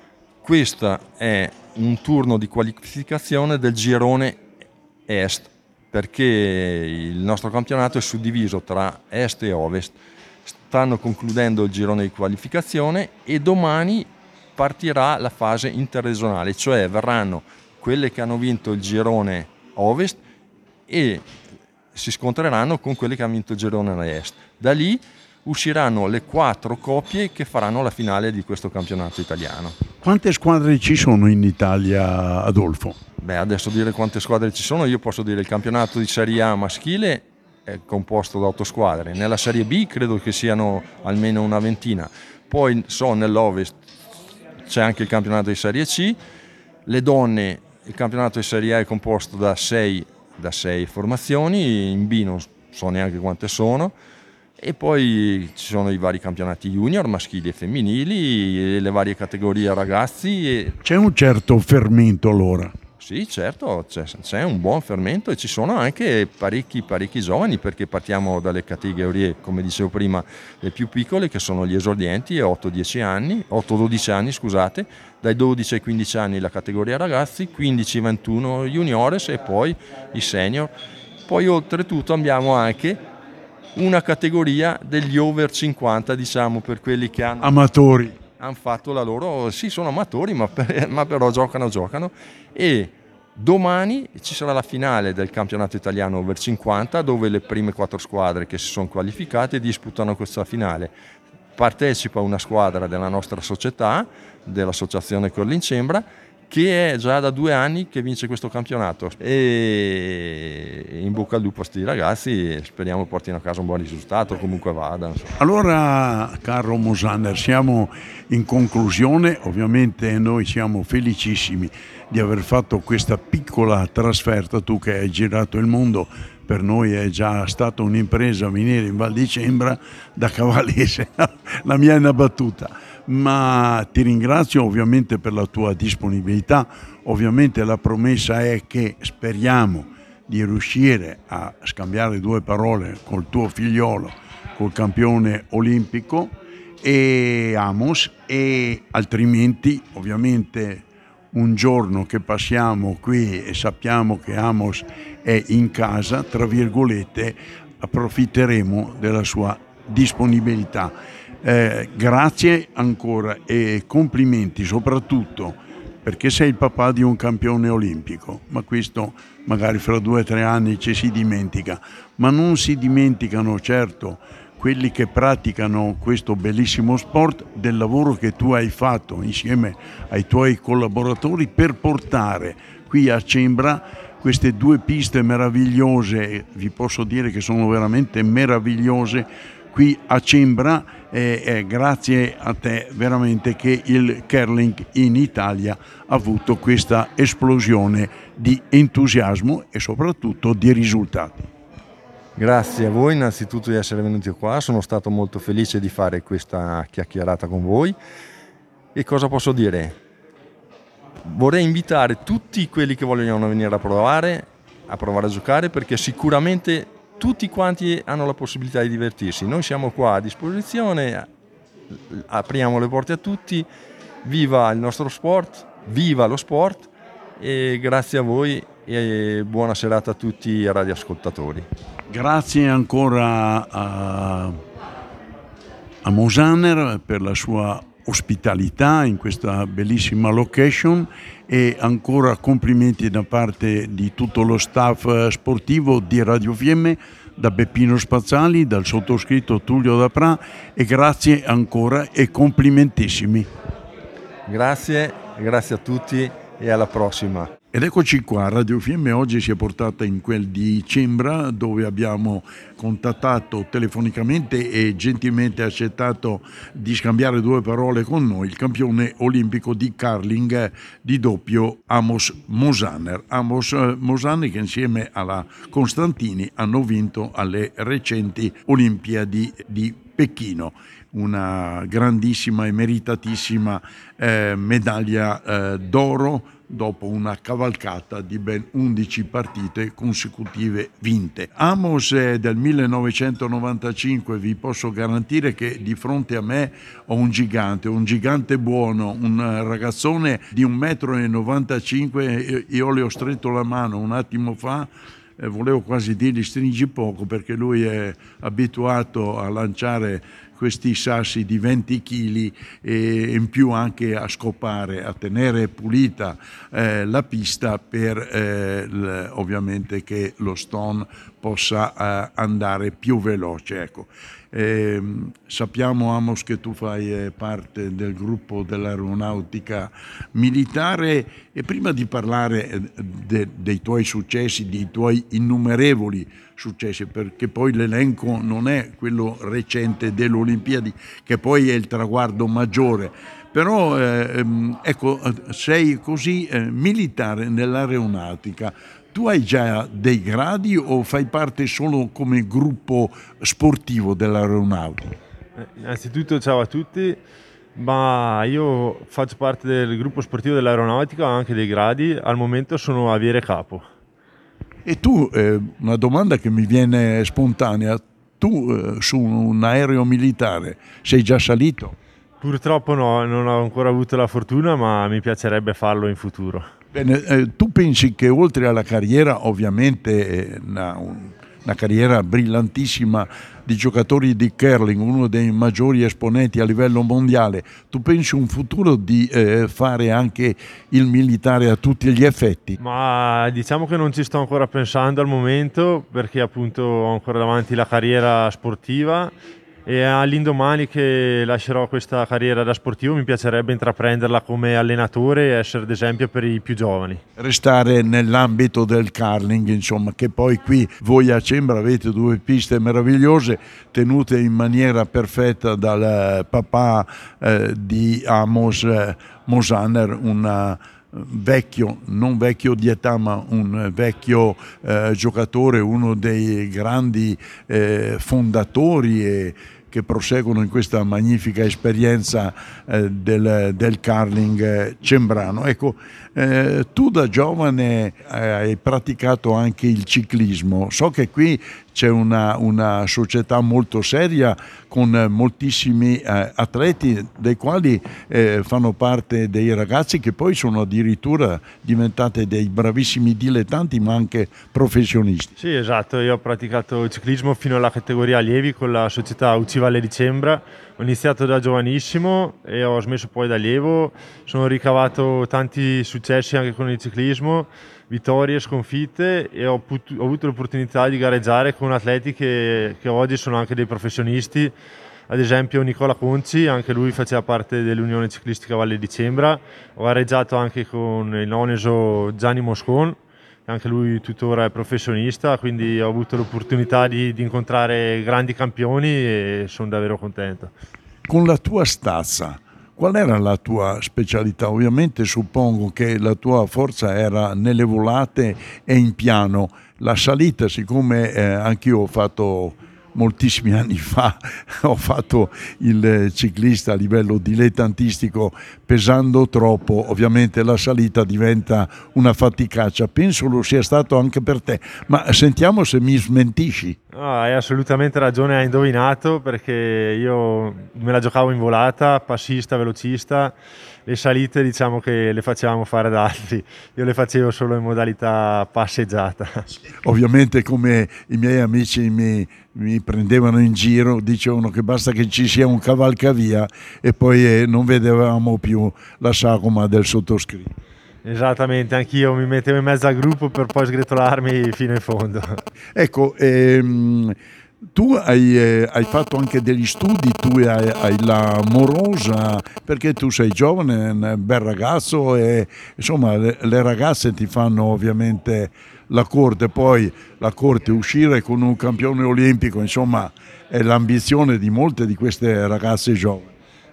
Questo è un turno di qualificazione del girone Est, perché il nostro campionato è suddiviso tra Est e Ovest. Stanno concludendo il girone di qualificazione e domani partirà la fase interregionale, cioè verranno quelle che hanno vinto il girone Ovest e si scontreranno con quelli che hanno vinto il girone Est. Da lì usciranno le quattro coppie che faranno la finale di questo campionato italiano. Quante squadre ci sono in Italia, Adolfo? Beh, adesso dire quante squadre ci sono, io posso dire il campionato di Serie A maschile è composto da otto squadre, nella Serie B credo che siano almeno una ventina, poi so nell'Ovest c'è anche il campionato di Serie C, le donne, il campionato di Serie A è composto da sei, da sei formazioni, in B non so neanche quante sono, e poi ci sono i vari campionati junior, maschili e femminili, e le varie categorie ragazzi. E... C'è un certo fermento allora? Sì, certo, c'è, c'è un buon fermento e ci sono anche parecchi, parecchi giovani, perché partiamo dalle categorie, come dicevo prima, le più piccole, che sono gli esordienti, otto dodici anni, otto dodici anni, scusate, dai dodici ai quindici anni la categoria ragazzi, quindici ventuno juniores e poi i senior. Poi oltretutto abbiamo anche una categoria degli over cinquanta, diciamo, per quelli che hanno... Amatori. hanno fatto la loro, sì sono amatori ma, per, ma però giocano giocano e Domani ci sarà la finale del campionato italiano over cinquanta, dove le prime quattro squadre che si sono qualificate disputano questa finale. Partecipa una squadra della nostra società, dell'associazione Curling-Cembra, che è già da due anni che vince questo campionato, e in bocca al lupo a sti ragazzi, speriamo portino a casa un buon risultato, comunque vada. Allora, caro Mosaner, siamo in conclusione. Ovviamente noi siamo felicissimi di aver fatto questa piccola trasferta. Tu che hai girato il mondo, per noi è già stata un'impresa venire in Val di Cembra da Cavallese, la mia è una battuta, ma ti ringrazio ovviamente per la tua disponibilità. Ovviamente la promessa è che speriamo di riuscire a scambiare due parole col tuo figliolo, col campione olimpico e Amos, e altrimenti ovviamente un giorno che passiamo qui e sappiamo che Amos è in casa, tra virgolette, approfitteremo della sua disponibilità. Eh, grazie ancora e complimenti, soprattutto perché sei il papà di un campione olimpico, ma questo magari fra due o tre anni ci si dimentica, ma non si dimenticano certo quelli che praticano questo bellissimo sport, del lavoro che tu hai fatto insieme ai tuoi collaboratori per portare qui a Cembra queste due piste meravigliose. Vi posso dire che sono veramente meravigliose qui a Cembra, e eh, grazie a te veramente che il curling in Italia ha avuto questa esplosione di entusiasmo e soprattutto di risultati. Grazie a voi innanzitutto di essere venuti qua, sono stato molto felice di fare questa chiacchierata con voi. E cosa posso dire? Vorrei invitare tutti quelli che vogliono venire a provare, a provare a giocare, perché sicuramente tutti quanti hanno la possibilità di divertirsi. Noi siamo qua a disposizione, apriamo le porte a tutti. Viva il nostro sport, viva lo sport, e grazie a voi e buona serata a tutti i radioascoltatori. Grazie ancora a, a Mosaner per la sua ospitalità in questa bellissima location, e ancora complimenti da parte di tutto lo staff sportivo di Radio Fiemme, da Beppino Spazzali, dal sottoscritto Tullio Dapra, e grazie ancora e complimentissimi. Grazie, grazie a tutti e alla prossima. Ed eccoci qua, Radio Fiemme oggi si è portata in quel di Cembra, dove abbiamo contattato telefonicamente e gentilmente accettato di scambiare due parole con noi il campione olimpico di curling di doppio Amos Mosaner. Amos Mosaner che insieme alla Constantini hanno vinto alle recenti Olimpiadi di Pechino, una grandissima e meritatissima eh, medaglia eh, d'oro dopo una cavalcata di ben undici partite consecutive vinte. Amos è del millenovecentonovantacinque, vi posso garantire che di fronte a me ho un gigante, un gigante buono, un ragazzone di un metro e novantacinque. Io le ho stretto la mano un attimo fa, eh, volevo quasi dirgli stringi poco, perché lui è abituato a lanciare questi sassi di venti chili e in più anche a scopare, a tenere pulita eh, la pista per eh, l- ovviamente che lo stone possa eh, andare più veloce. Ecco. Eh, sappiamo, Amos, che tu fai eh, parte del gruppo dell'aeronautica militare, e prima di parlare eh, de- dei tuoi successi, dei tuoi innumerevoli successi, perché poi l'elenco non è quello recente delle Olimpiadi, che poi è il traguardo maggiore, però eh, ecco, sei così eh, militare nell'aeronautica. Tu hai già dei gradi o fai parte solo come gruppo sportivo dell'aeronautica? Eh, innanzitutto ciao a tutti, ma io faccio parte del gruppo sportivo dell'aeronautica, ho anche dei gradi, al momento sono aviere capo. E tu, eh, una domanda che mi viene spontanea, tu eh, su un aereo militare sei già salito? Purtroppo no, non ho ancora avuto la fortuna, ma mi piacerebbe farlo in futuro. Bene, eh, tu pensi che oltre alla carriera, ovviamente eh, una, un, una carriera brillantissima di giocatori di curling, uno dei maggiori esponenti a livello mondiale. Tu pensi un futuro di eh, fare anche il militare a tutti gli effetti? Ma diciamo che non ci sto ancora pensando al momento, perché appunto ho ancora davanti la carriera sportiva e all'indomani che lascerò questa carriera da sportivo mi piacerebbe intraprenderla come allenatore e essere d'esempio per i più giovani. Restare nell'ambito del curling, insomma, che poi qui voi a Cembra avete due piste meravigliose tenute in maniera perfetta dal papà eh, di Amos eh, Mosaner, un vecchio, non vecchio di età, ma un vecchio eh, giocatore, uno dei grandi eh, fondatori e che proseguono in questa magnifica esperienza eh, del, del curling eh, cembrano. Ecco, eh, tu da giovane eh, hai praticato anche il ciclismo. So che qui c'è una, una società molto seria con moltissimi eh, atleti, dei quali eh, fanno parte dei ragazzi che poi sono addirittura diventati dei bravissimi dilettanti, ma anche professionisti. Sì, esatto, io ho praticato ciclismo fino alla categoria allievi con la società U C I Valle di Cembra. Ho iniziato da giovanissimo e ho smesso poi da allievo. Sono ricavato tanti successi anche con il ciclismo, vittorie, sconfitte, e ho, put- ho avuto l'opportunità di gareggiare con atleti che, che oggi sono anche dei professionisti. Ad esempio Nicola Conci, anche lui faceva parte dell'Unione Ciclistica Valle di Cembra. Ho gareggiato anche con il noneso Gianni Moscon, anche lui tuttora è professionista, quindi ho avuto l'opportunità di, di incontrare grandi campioni e sono davvero contento. Con la tua stazza, qual era la tua specialità? Ovviamente suppongo che la tua forza era nelle volate e in piano. La salita, siccome eh, anch'io ho fatto moltissimi anni fa, ho fatto il ciclista a livello dilettantistico, pesando troppo, ovviamente la salita diventa una faticaccia. Penso lo sia stato anche per te, ma sentiamo se mi smentisci. No, hai assolutamente ragione, hai indovinato, perché io me la giocavo in volata, passista, velocista. Le salite diciamo che le facevamo fare da altri, io le facevo solo in modalità passeggiata. Ovviamente, come i miei amici mi, mi prendevano in giro, dicevano che basta che ci sia un cavalcavia e poi eh, non vedevamo più la sagoma del sottoscritto. Esattamente, anch'io mi mettevo in mezzo al gruppo per poi sgretolarmi fino in fondo. Ecco, ehm, tu hai, eh, hai fatto anche degli studi, tu hai, hai la morosa, perché tu sei giovane, un bel ragazzo e insomma le, le ragazze ti fanno ovviamente la corte, poi la corte, uscire con un campione olimpico, insomma è l'ambizione di molte di queste ragazze giovani.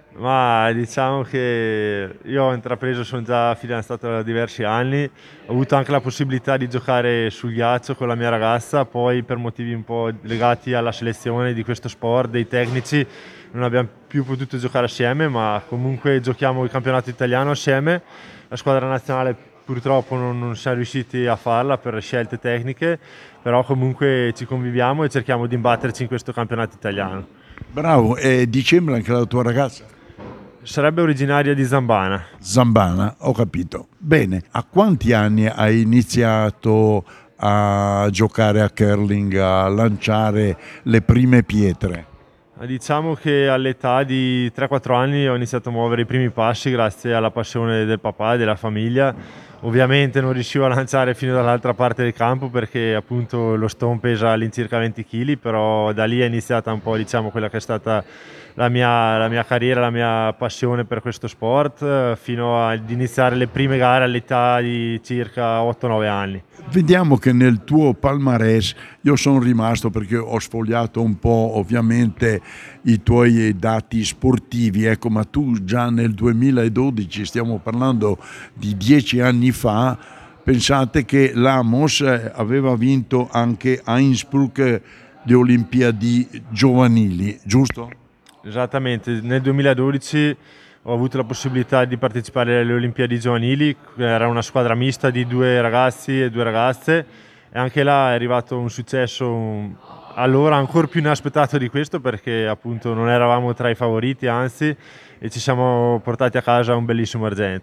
Ma diciamo che io ho intrapreso, sono già fidanzato da diversi anni, ho avuto anche la possibilità di giocare sul ghiaccio con la mia ragazza, poi per motivi un po' legati alla selezione di questo sport, dei tecnici, non abbiamo più potuto giocare assieme, ma comunque giochiamo il campionato italiano assieme. La squadra nazionale purtroppo non, non siamo riusciti a farla per scelte tecniche, però comunque ci conviviamo e cerchiamo di imbatterci in questo campionato italiano. Bravo, e di Cembra anche la tua ragazza? Sarebbe originaria di Zambana. Zambana, ho capito. Bene, a quanti anni hai iniziato a giocare a curling, a lanciare le prime pietre? Diciamo che all'età di tre quattro anni ho iniziato a muovere i primi passi grazie alla passione del papà e della famiglia. Ovviamente non riuscivo a lanciare fino dall'altra parte del campo perché appunto lo stone pesa all'incirca venti chili, però da lì è iniziata un po', diciamo, quella che è stata la mia, la mia carriera, la mia passione per questo sport, fino ad iniziare le prime gare all'età di circa otto nove anni. Vediamo che nel tuo palmarès io sono rimasto, perché ho sfogliato un po' ovviamente i tuoi dati sportivi, ecco, ma tu già nel duemiladodici, stiamo parlando di dieci anni fa, pensate che l'Amos aveva vinto anche a Innsbruck le Olimpiadi giovanili, giusto? Esattamente, nel duemiladodici ho avuto la possibilità di partecipare alle Olimpiadi giovanili, era una squadra mista di due ragazzi e due ragazze e anche là è arrivato un successo un... allora ancora più inaspettato di questo, perché appunto non eravamo tra i favoriti, anzi, e ci siamo portati a casa un bellissimo argento.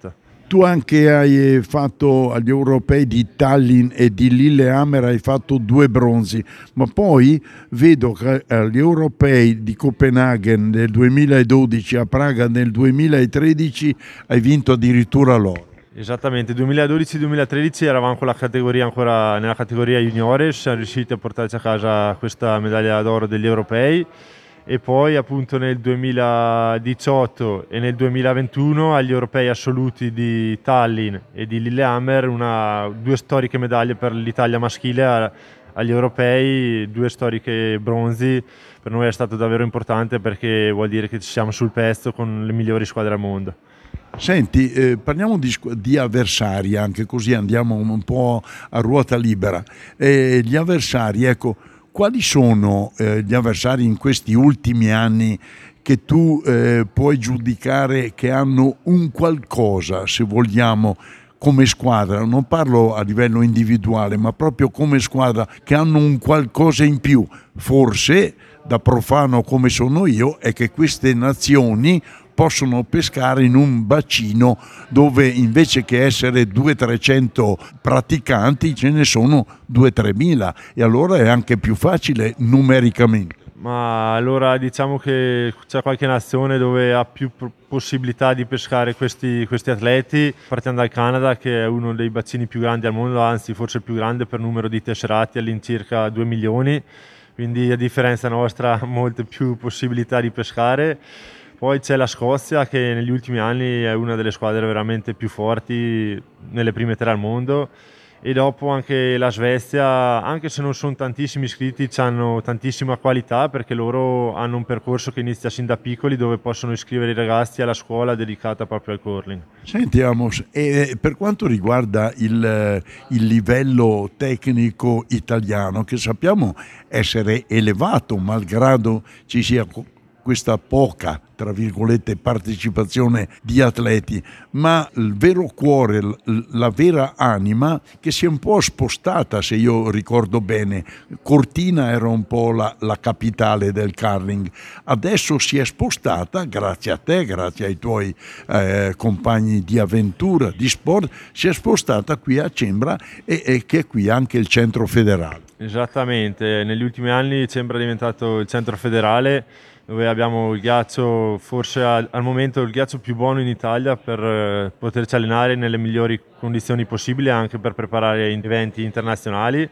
Tu anche hai fatto agli europei di Tallinn e di Lillehammer, hai fatto due bronzi, ma poi vedo che agli europei di Copenaghen nel duemiladodici, a Praga nel duemilatredici hai vinto addirittura l'oro. Esattamente, duemiladodici duemilatredici eravamo con la categoria ancora nella categoria juniores, siamo riusciti a portarci a casa questa medaglia d'oro degli europei. E poi appunto nel duemiladiciotto e nel duemilaventuno agli europei assoluti di Tallinn e di Lillehammer una, due storiche medaglie per l'Italia maschile a, agli europei, due storiche bronzi. Per noi è stato davvero importante perché vuol dire che ci siamo sul pezzo con le migliori squadre al mondo. Senti, eh, parliamo di, di avversari, anche così andiamo un po' a ruota libera. Eh, gli avversari, ecco, quali sono eh, gli avversari in questi ultimi anni che tu eh, puoi giudicare che hanno un qualcosa, se vogliamo, come squadra? Non parlo a livello individuale, ma proprio come squadra, che hanno un qualcosa in più. Forse, da profano come sono io, è che queste nazioni possono pescare in un bacino dove invece che essere duecento trecento praticanti ce ne sono due tre mila e allora è anche più facile numericamente. Ma allora diciamo che c'è qualche nazione dove ha più possibilità di pescare questi, questi atleti. Partiamo dal Canada, che è uno dei bacini più grandi al mondo, anzi forse il più grande per numero di tesserati, all'incirca due milioni, quindi a differenza nostra ha molte più possibilità di pescare. Poi c'è la Scozia, che negli ultimi anni è una delle squadre veramente più forti nelle prime tre al mondo, e dopo anche la Svezia, anche se non sono tantissimi iscritti, hanno tantissima qualità perché loro hanno un percorso che inizia sin da piccoli, dove possono iscrivere i ragazzi alla scuola dedicata proprio al curling. Senti Amos, e per quanto riguarda il, il livello tecnico italiano, che sappiamo essere elevato malgrado ci sia questa poca, tra virgolette, partecipazione di atleti, ma il vero cuore, la vera anima che si è un po' spostata, se io ricordo bene. Cortina era un po' la, la capitale del curling, adesso si è spostata, grazie a te, grazie ai tuoi eh, compagni di avventura, di sport, si è spostata qui a Cembra e, e che è qui anche il centro federale. Esattamente, negli ultimi anni Cembra è diventato il centro federale, dove abbiamo il ghiaccio, forse al, al momento il ghiaccio più buono in Italia per eh, poterci allenare nelle migliori condizioni possibili, anche per preparare eventi internazionali.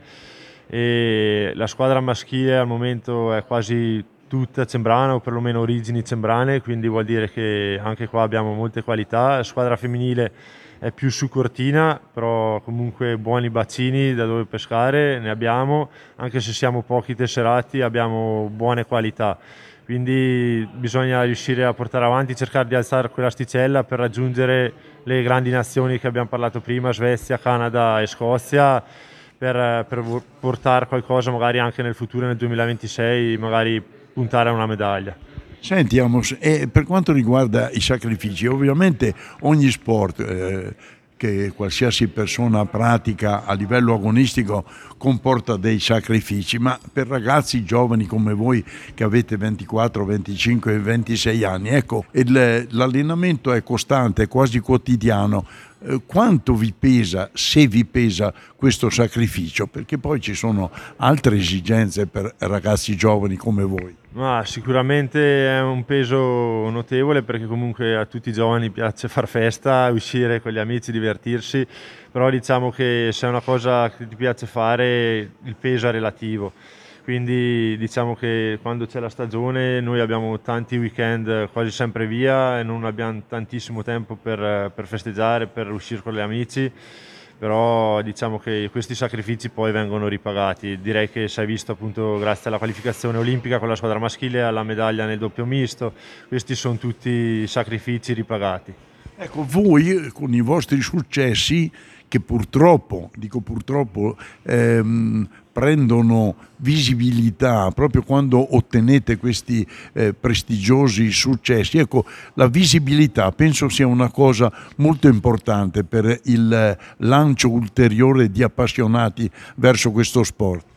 E la squadra maschile al momento è quasi tutta cembrana, o perlomeno origini cembrane, quindi vuol dire che anche qua abbiamo molte qualità. La squadra femminile è più su Cortina, però comunque buoni bacini da dove pescare ne abbiamo, anche se siamo pochi tesserati abbiamo buone qualità. Quindi bisogna riuscire a portare avanti, cercare di alzare quell'asticella per raggiungere le grandi nazioni che abbiamo parlato prima, Svezia, Canada e Scozia, per, per portare qualcosa magari anche nel futuro, nel duemilaventisei, magari puntare a una medaglia. Senti Amos, e per quanto riguarda i sacrifici, ovviamente ogni sport eh, che qualsiasi persona pratica a livello agonistico comporta dei sacrifici, ma per ragazzi giovani come voi che avete ventiquattro, venticinque e ventisei anni, ecco, il, l'allenamento è costante, è quasi quotidiano. Eh, quanto vi pesa, se vi pesa, questo sacrificio? Perché poi ci sono altre esigenze per ragazzi giovani come voi. Ma sicuramente è un peso notevole, perché comunque a tutti i giovani piace far festa, uscire con gli amici, divertirsi, però diciamo che se è una cosa che ti piace fare il peso è relativo. Quindi diciamo che quando c'è la stagione noi abbiamo tanti weekend quasi sempre via e non abbiamo tantissimo tempo per, per festeggiare, per uscire con gli amici, però diciamo che questi sacrifici poi vengono ripagati. Direi che si è visto appunto grazie alla qualificazione olimpica con la squadra maschile, alla medaglia nel doppio misto, questi sono tutti sacrifici ripagati. Ecco, voi con i vostri successi, che purtroppo, dico purtroppo, ehm, prendono visibilità proprio quando ottenete questi eh, prestigiosi successi. Ecco, la visibilità penso sia una cosa molto importante per il lancio ulteriore di appassionati verso questo sport.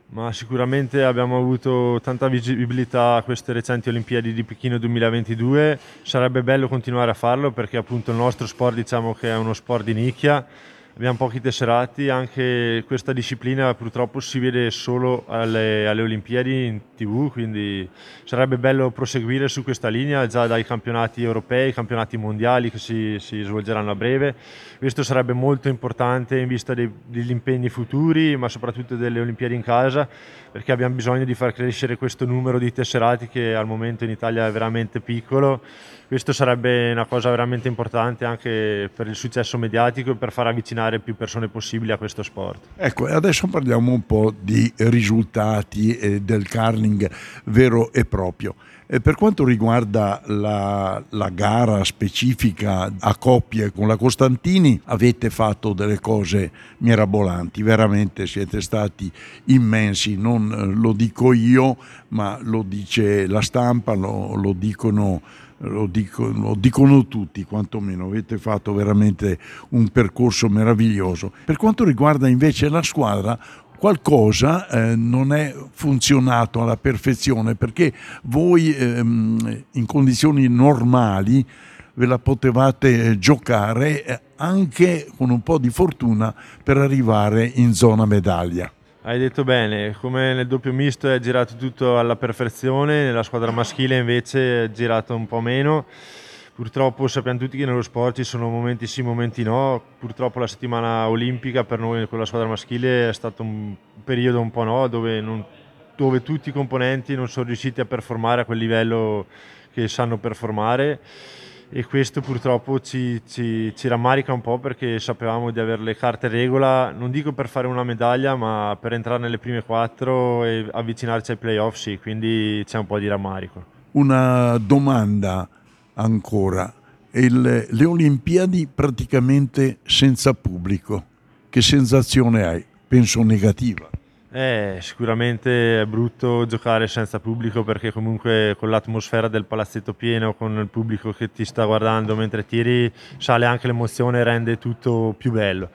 Ma sicuramente abbiamo avuto tanta visibilità a queste recenti Olimpiadi di Pechino duemilaventidue, sarebbe bello continuare a farlo perché appunto il nostro sport diciamo che è uno sport di nicchia, abbiamo pochi tesserati, anche questa disciplina purtroppo si vede solo alle, alle Olimpiadi in tivù, quindi sarebbe bello proseguire su questa linea già dai campionati europei, campionati mondiali che si, si svolgeranno a breve. Questo sarebbe molto importante in vista dei, degli impegni futuri, ma soprattutto delle Olimpiadi in casa, perché abbiamo bisogno di far crescere questo numero di tesserati che al momento in Italia è veramente piccolo. Questo sarebbe una cosa veramente importante anche per il successo mediatico e per far avvicinare più persone possibili a questo sport. Ecco, adesso parliamo un po' di risultati eh, del curling vero e proprio. E per quanto riguarda la, la gara specifica a coppie con la Costantini, avete fatto delle cose mirabolanti, veramente siete stati immensi, non lo dico io, ma lo dice la stampa, lo, lo dicono Lo dicono, lo dicono tutti, quantomeno avete fatto veramente un percorso meraviglioso. Per quanto riguarda invece la squadra, qualcosa eh, non è funzionato alla perfezione, perché voi ehm, in condizioni normali ve la potevate giocare eh, anche con un po' di fortuna per arrivare in zona medaglia. Hai detto bene, come nel doppio misto è girato tutto alla perfezione, nella squadra maschile invece è girato un po' meno. Purtroppo sappiamo tutti che nello sport ci sono momenti sì, momenti no. Purtroppo la settimana olimpica per noi con la squadra maschile è stato un periodo un po' no, dove, non, dove tutti i componenti non sono riusciti a performare a quel livello che sanno performare. E questo purtroppo ci, ci, ci rammarica un po' perché sapevamo di avere le carte regola, non dico per fare una medaglia, ma per entrare nelle prime quattro e avvicinarci ai playoff, sì, quindi c'è un po' di rammarico. Una domanda ancora, Il, le Olimpiadi praticamente senza pubblico, che sensazione hai? Penso negativa. Eh, sicuramente è brutto giocare senza pubblico perché comunque con l'atmosfera del palazzetto pieno, con il pubblico che ti sta guardando mentre tiri, sale anche l'emozione e rende tutto più bello.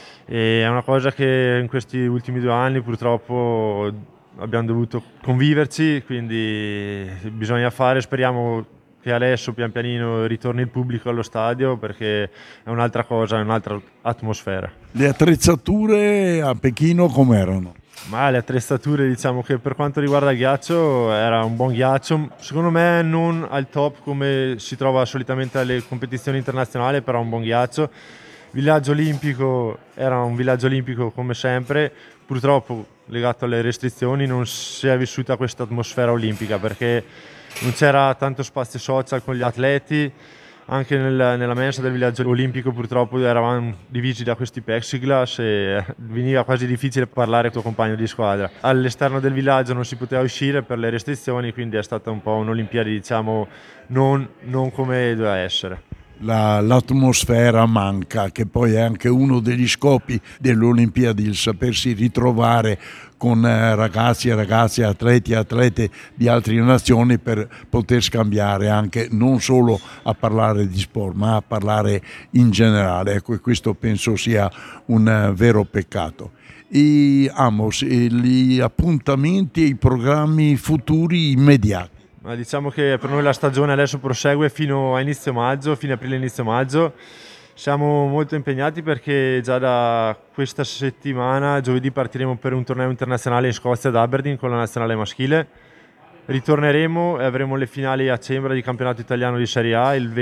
E è una cosa che in questi ultimi due anni purtroppo abbiamo dovuto conviverci, quindi bisogna fare, speriamo che adesso pian pianino ritorni il pubblico allo stadio perché è un'altra cosa, è un'altra atmosfera. Le attrezzature a Pechino com'erano? Ma le attrezzature, diciamo che per quanto riguarda il ghiaccio era un buon ghiaccio, secondo me non al top come si trova solitamente alle competizioni internazionali, però un buon ghiaccio. Villaggio olimpico era un villaggio olimpico come sempre, purtroppo legato alle restrizioni non si è vissuta questa atmosfera olimpica perché non c'era tanto spazio social con gli atleti. Anche nel, nella mensa del villaggio olimpico purtroppo eravamo divisi da questi plexiglass e veniva quasi difficile parlare con il tuo compagno di squadra. All'esterno del villaggio non si poteva uscire per le restrizioni, quindi è stata un po' un'Olimpiadi diciamo non, non come doveva essere. La, l'atmosfera manca, che poi è anche uno degli scopi delle Olimpiadi, il sapersi ritrovare con ragazzi e ragazze, atleti e atlete di altre nazioni per poter scambiare anche non solo a parlare di sport ma a parlare in generale. Ecco, questo penso sia un vero peccato. E Amos, e gli appuntamenti e i programmi futuri immediati? Ma diciamo che per noi la stagione adesso prosegue fino a inizio maggio, fine aprile inizio maggio. Siamo molto impegnati perché già da questa settimana, giovedì, partiremo per un torneo internazionale in Scozia ad Aberdeen con la nazionale maschile. Ritorneremo e avremo le finali a Cembra di campionato italiano di Serie A il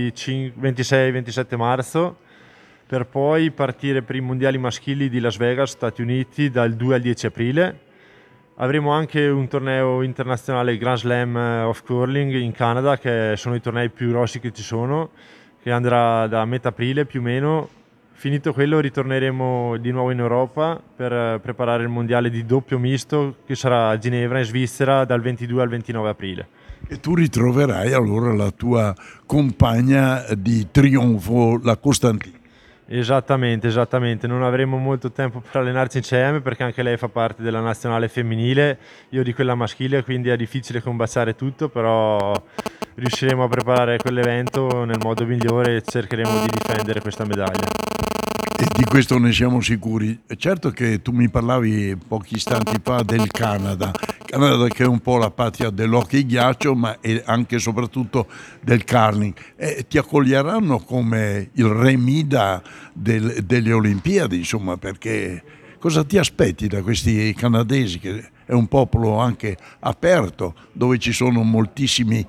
ventisei ventisette marzo, per poi partire per i mondiali maschili di Las Vegas, Stati Uniti, dal due al dieci aprile. Avremo anche un torneo internazionale Grand Slam of Curling in Canada, che sono i tornei più grossi che ci sono, che andrà da metà aprile più o meno. Finito quello ritorneremo di nuovo in Europa per preparare il mondiale di doppio misto che sarà a Ginevra in Svizzera dal ventidue al ventinove aprile. E tu ritroverai allora la tua compagna di trionfo, la Costantini. Esattamente, esattamente, non avremo molto tempo per allenarci insieme perché anche lei fa parte della nazionale femminile, io di quella maschile, quindi è difficile combaciare tutto, però riusciremo a preparare quell'evento nel modo migliore e cercheremo di difendere questa medaglia. E di questo ne siamo sicuri. È certo che tu mi parlavi pochi istanti fa del Canada, Canada che è un po' la patria dell'hockey ghiaccio, ma è anche e soprattutto del curling. E ti accoglieranno come il re Mida del, delle Olimpiadi, insomma, perché cosa ti aspetti da questi canadesi, che è un popolo anche aperto, dove ci sono moltissimi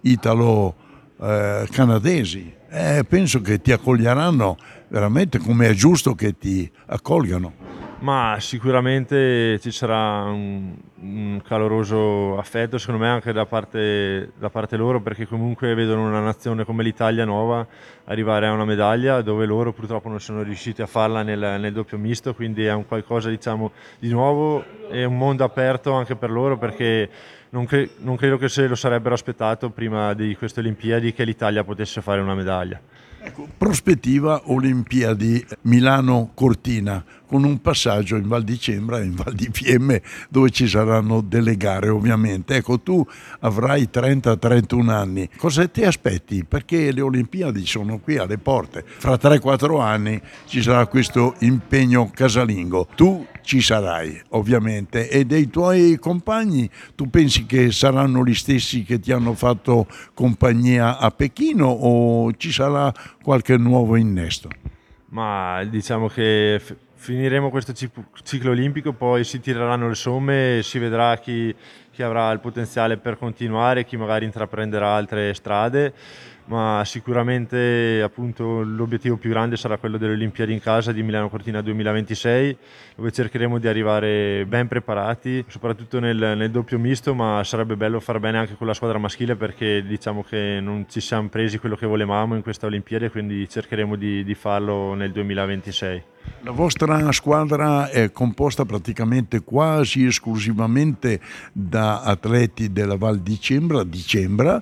italo-canadesi? Eh, penso che ti accoglieranno veramente come è giusto che ti accolgano. Ma sicuramente ci sarà un, un caloroso affetto, secondo me, anche da parte, da parte loro, perché comunque vedono una nazione come l'Italia nuova arrivare a una medaglia, dove loro purtroppo non sono riusciti a farla nel, nel doppio misto, quindi è un qualcosa, diciamo, di nuovo, è un mondo aperto anche per loro, perché non, cre- non credo che se lo sarebbero aspettato prima di queste Olimpiadi che l'Italia potesse fare una medaglia. Ecco, prospettiva Olimpiadi Milano-Cortina, con un passaggio in Val di Cembra e in Val di Fiemme, dove ci saranno delle gare ovviamente. Ecco, tu avrai trenta trentuno anni, cosa ti aspetti? Perché le Olimpiadi sono qui alle porte, fra tre quattro anni ci sarà questo impegno casalingo, tu ci sarai ovviamente, e dei tuoi compagni tu pensi che saranno gli stessi che ti hanno fatto compagnia a Pechino o ci sarà qualche nuovo innesto? Ma diciamo che f- finiremo questo ciclo olimpico, poi si tireranno le somme e si vedrà chi, chi avrà il potenziale per continuare, chi magari intraprenderà altre strade, ma sicuramente appunto l'obiettivo più grande sarà quello delle Olimpiadi in casa di Milano Cortina duemilaventisei, dove cercheremo di arrivare ben preparati, soprattutto nel, nel doppio misto, ma sarebbe bello far bene anche con la squadra maschile, perché diciamo che non ci siamo presi quello che volevamo in questa Olimpiade, quindi cercheremo di, di farlo nel duemilaventisei. La vostra squadra è composta praticamente quasi esclusivamente da atleti della Val di Cembra, di Cembra,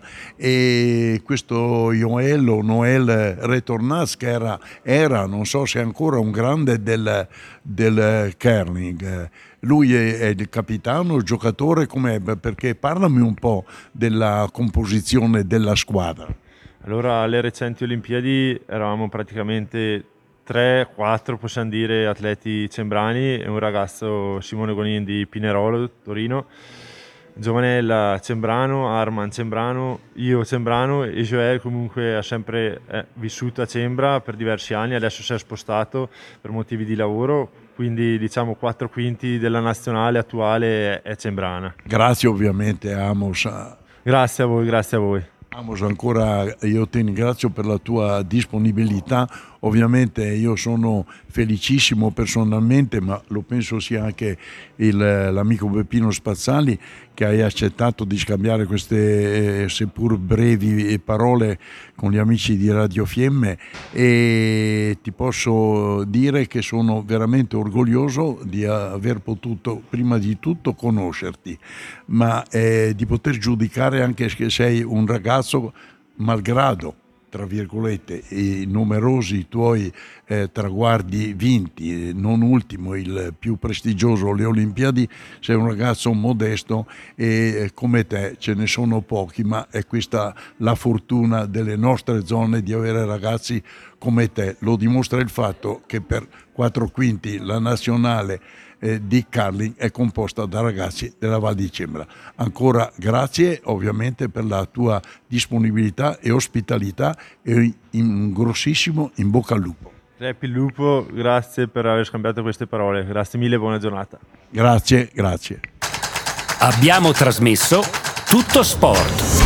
e questo Joel o Noel Retornaz, che era, era, non so se è ancora, un grande del, del curling. Lui è, è il capitano, il giocatore, com'è? Perché parlami un po' della composizione della squadra. Allora, alle recenti Olimpiadi eravamo praticamente tre quattro, possiamo dire, atleti cembrani e un ragazzo, Simone Gonin di Pinerolo, Torino, Giovanella Cembrano, Arman Cembrano, io Cembrano, e Joel comunque ha sempre eh, vissuto a Cembra per diversi anni, adesso si è spostato per motivi di lavoro, quindi diciamo quattro quinti della nazionale attuale è, è cembrana. Grazie ovviamente Amos. Grazie a voi, grazie a voi. Amos, ancora io ti ringrazio per la tua disponibilità. Ovviamente io sono felicissimo personalmente, ma lo penso sia anche il, l'amico Peppino Spazzali, che hai accettato di scambiare queste eh, seppur brevi parole con gli amici di Radio Fiemme, e ti posso dire che sono veramente orgoglioso di aver potuto prima di tutto conoscerti, ma eh, di poter giudicare anche che sei un ragazzo malgrado, tra virgolette, i numerosi tuoi eh, traguardi vinti, non ultimo il più prestigioso, le Olimpiadi. Sei un ragazzo modesto e eh, come te ce ne sono pochi, ma è questa la fortuna delle nostre zone, di avere ragazzi come te. Lo dimostra il fatto che per quattro quinti la nazionale eh, di curling è composta da ragazzi della Val di Cembra. Ancora grazie ovviamente per la tua disponibilità e ospitalità, e un grossissimo in bocca al lupo. Crepi il lupo, grazie per aver scambiato queste parole, grazie mille e buona giornata. Grazie, grazie. Abbiamo trasmesso Tutto Sport.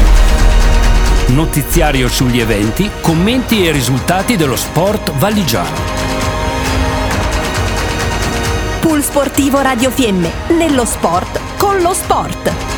Notiziario sugli eventi, commenti e risultati dello sport valligiano. Pool sportivo Radio Fiemme, nello sport con lo sport.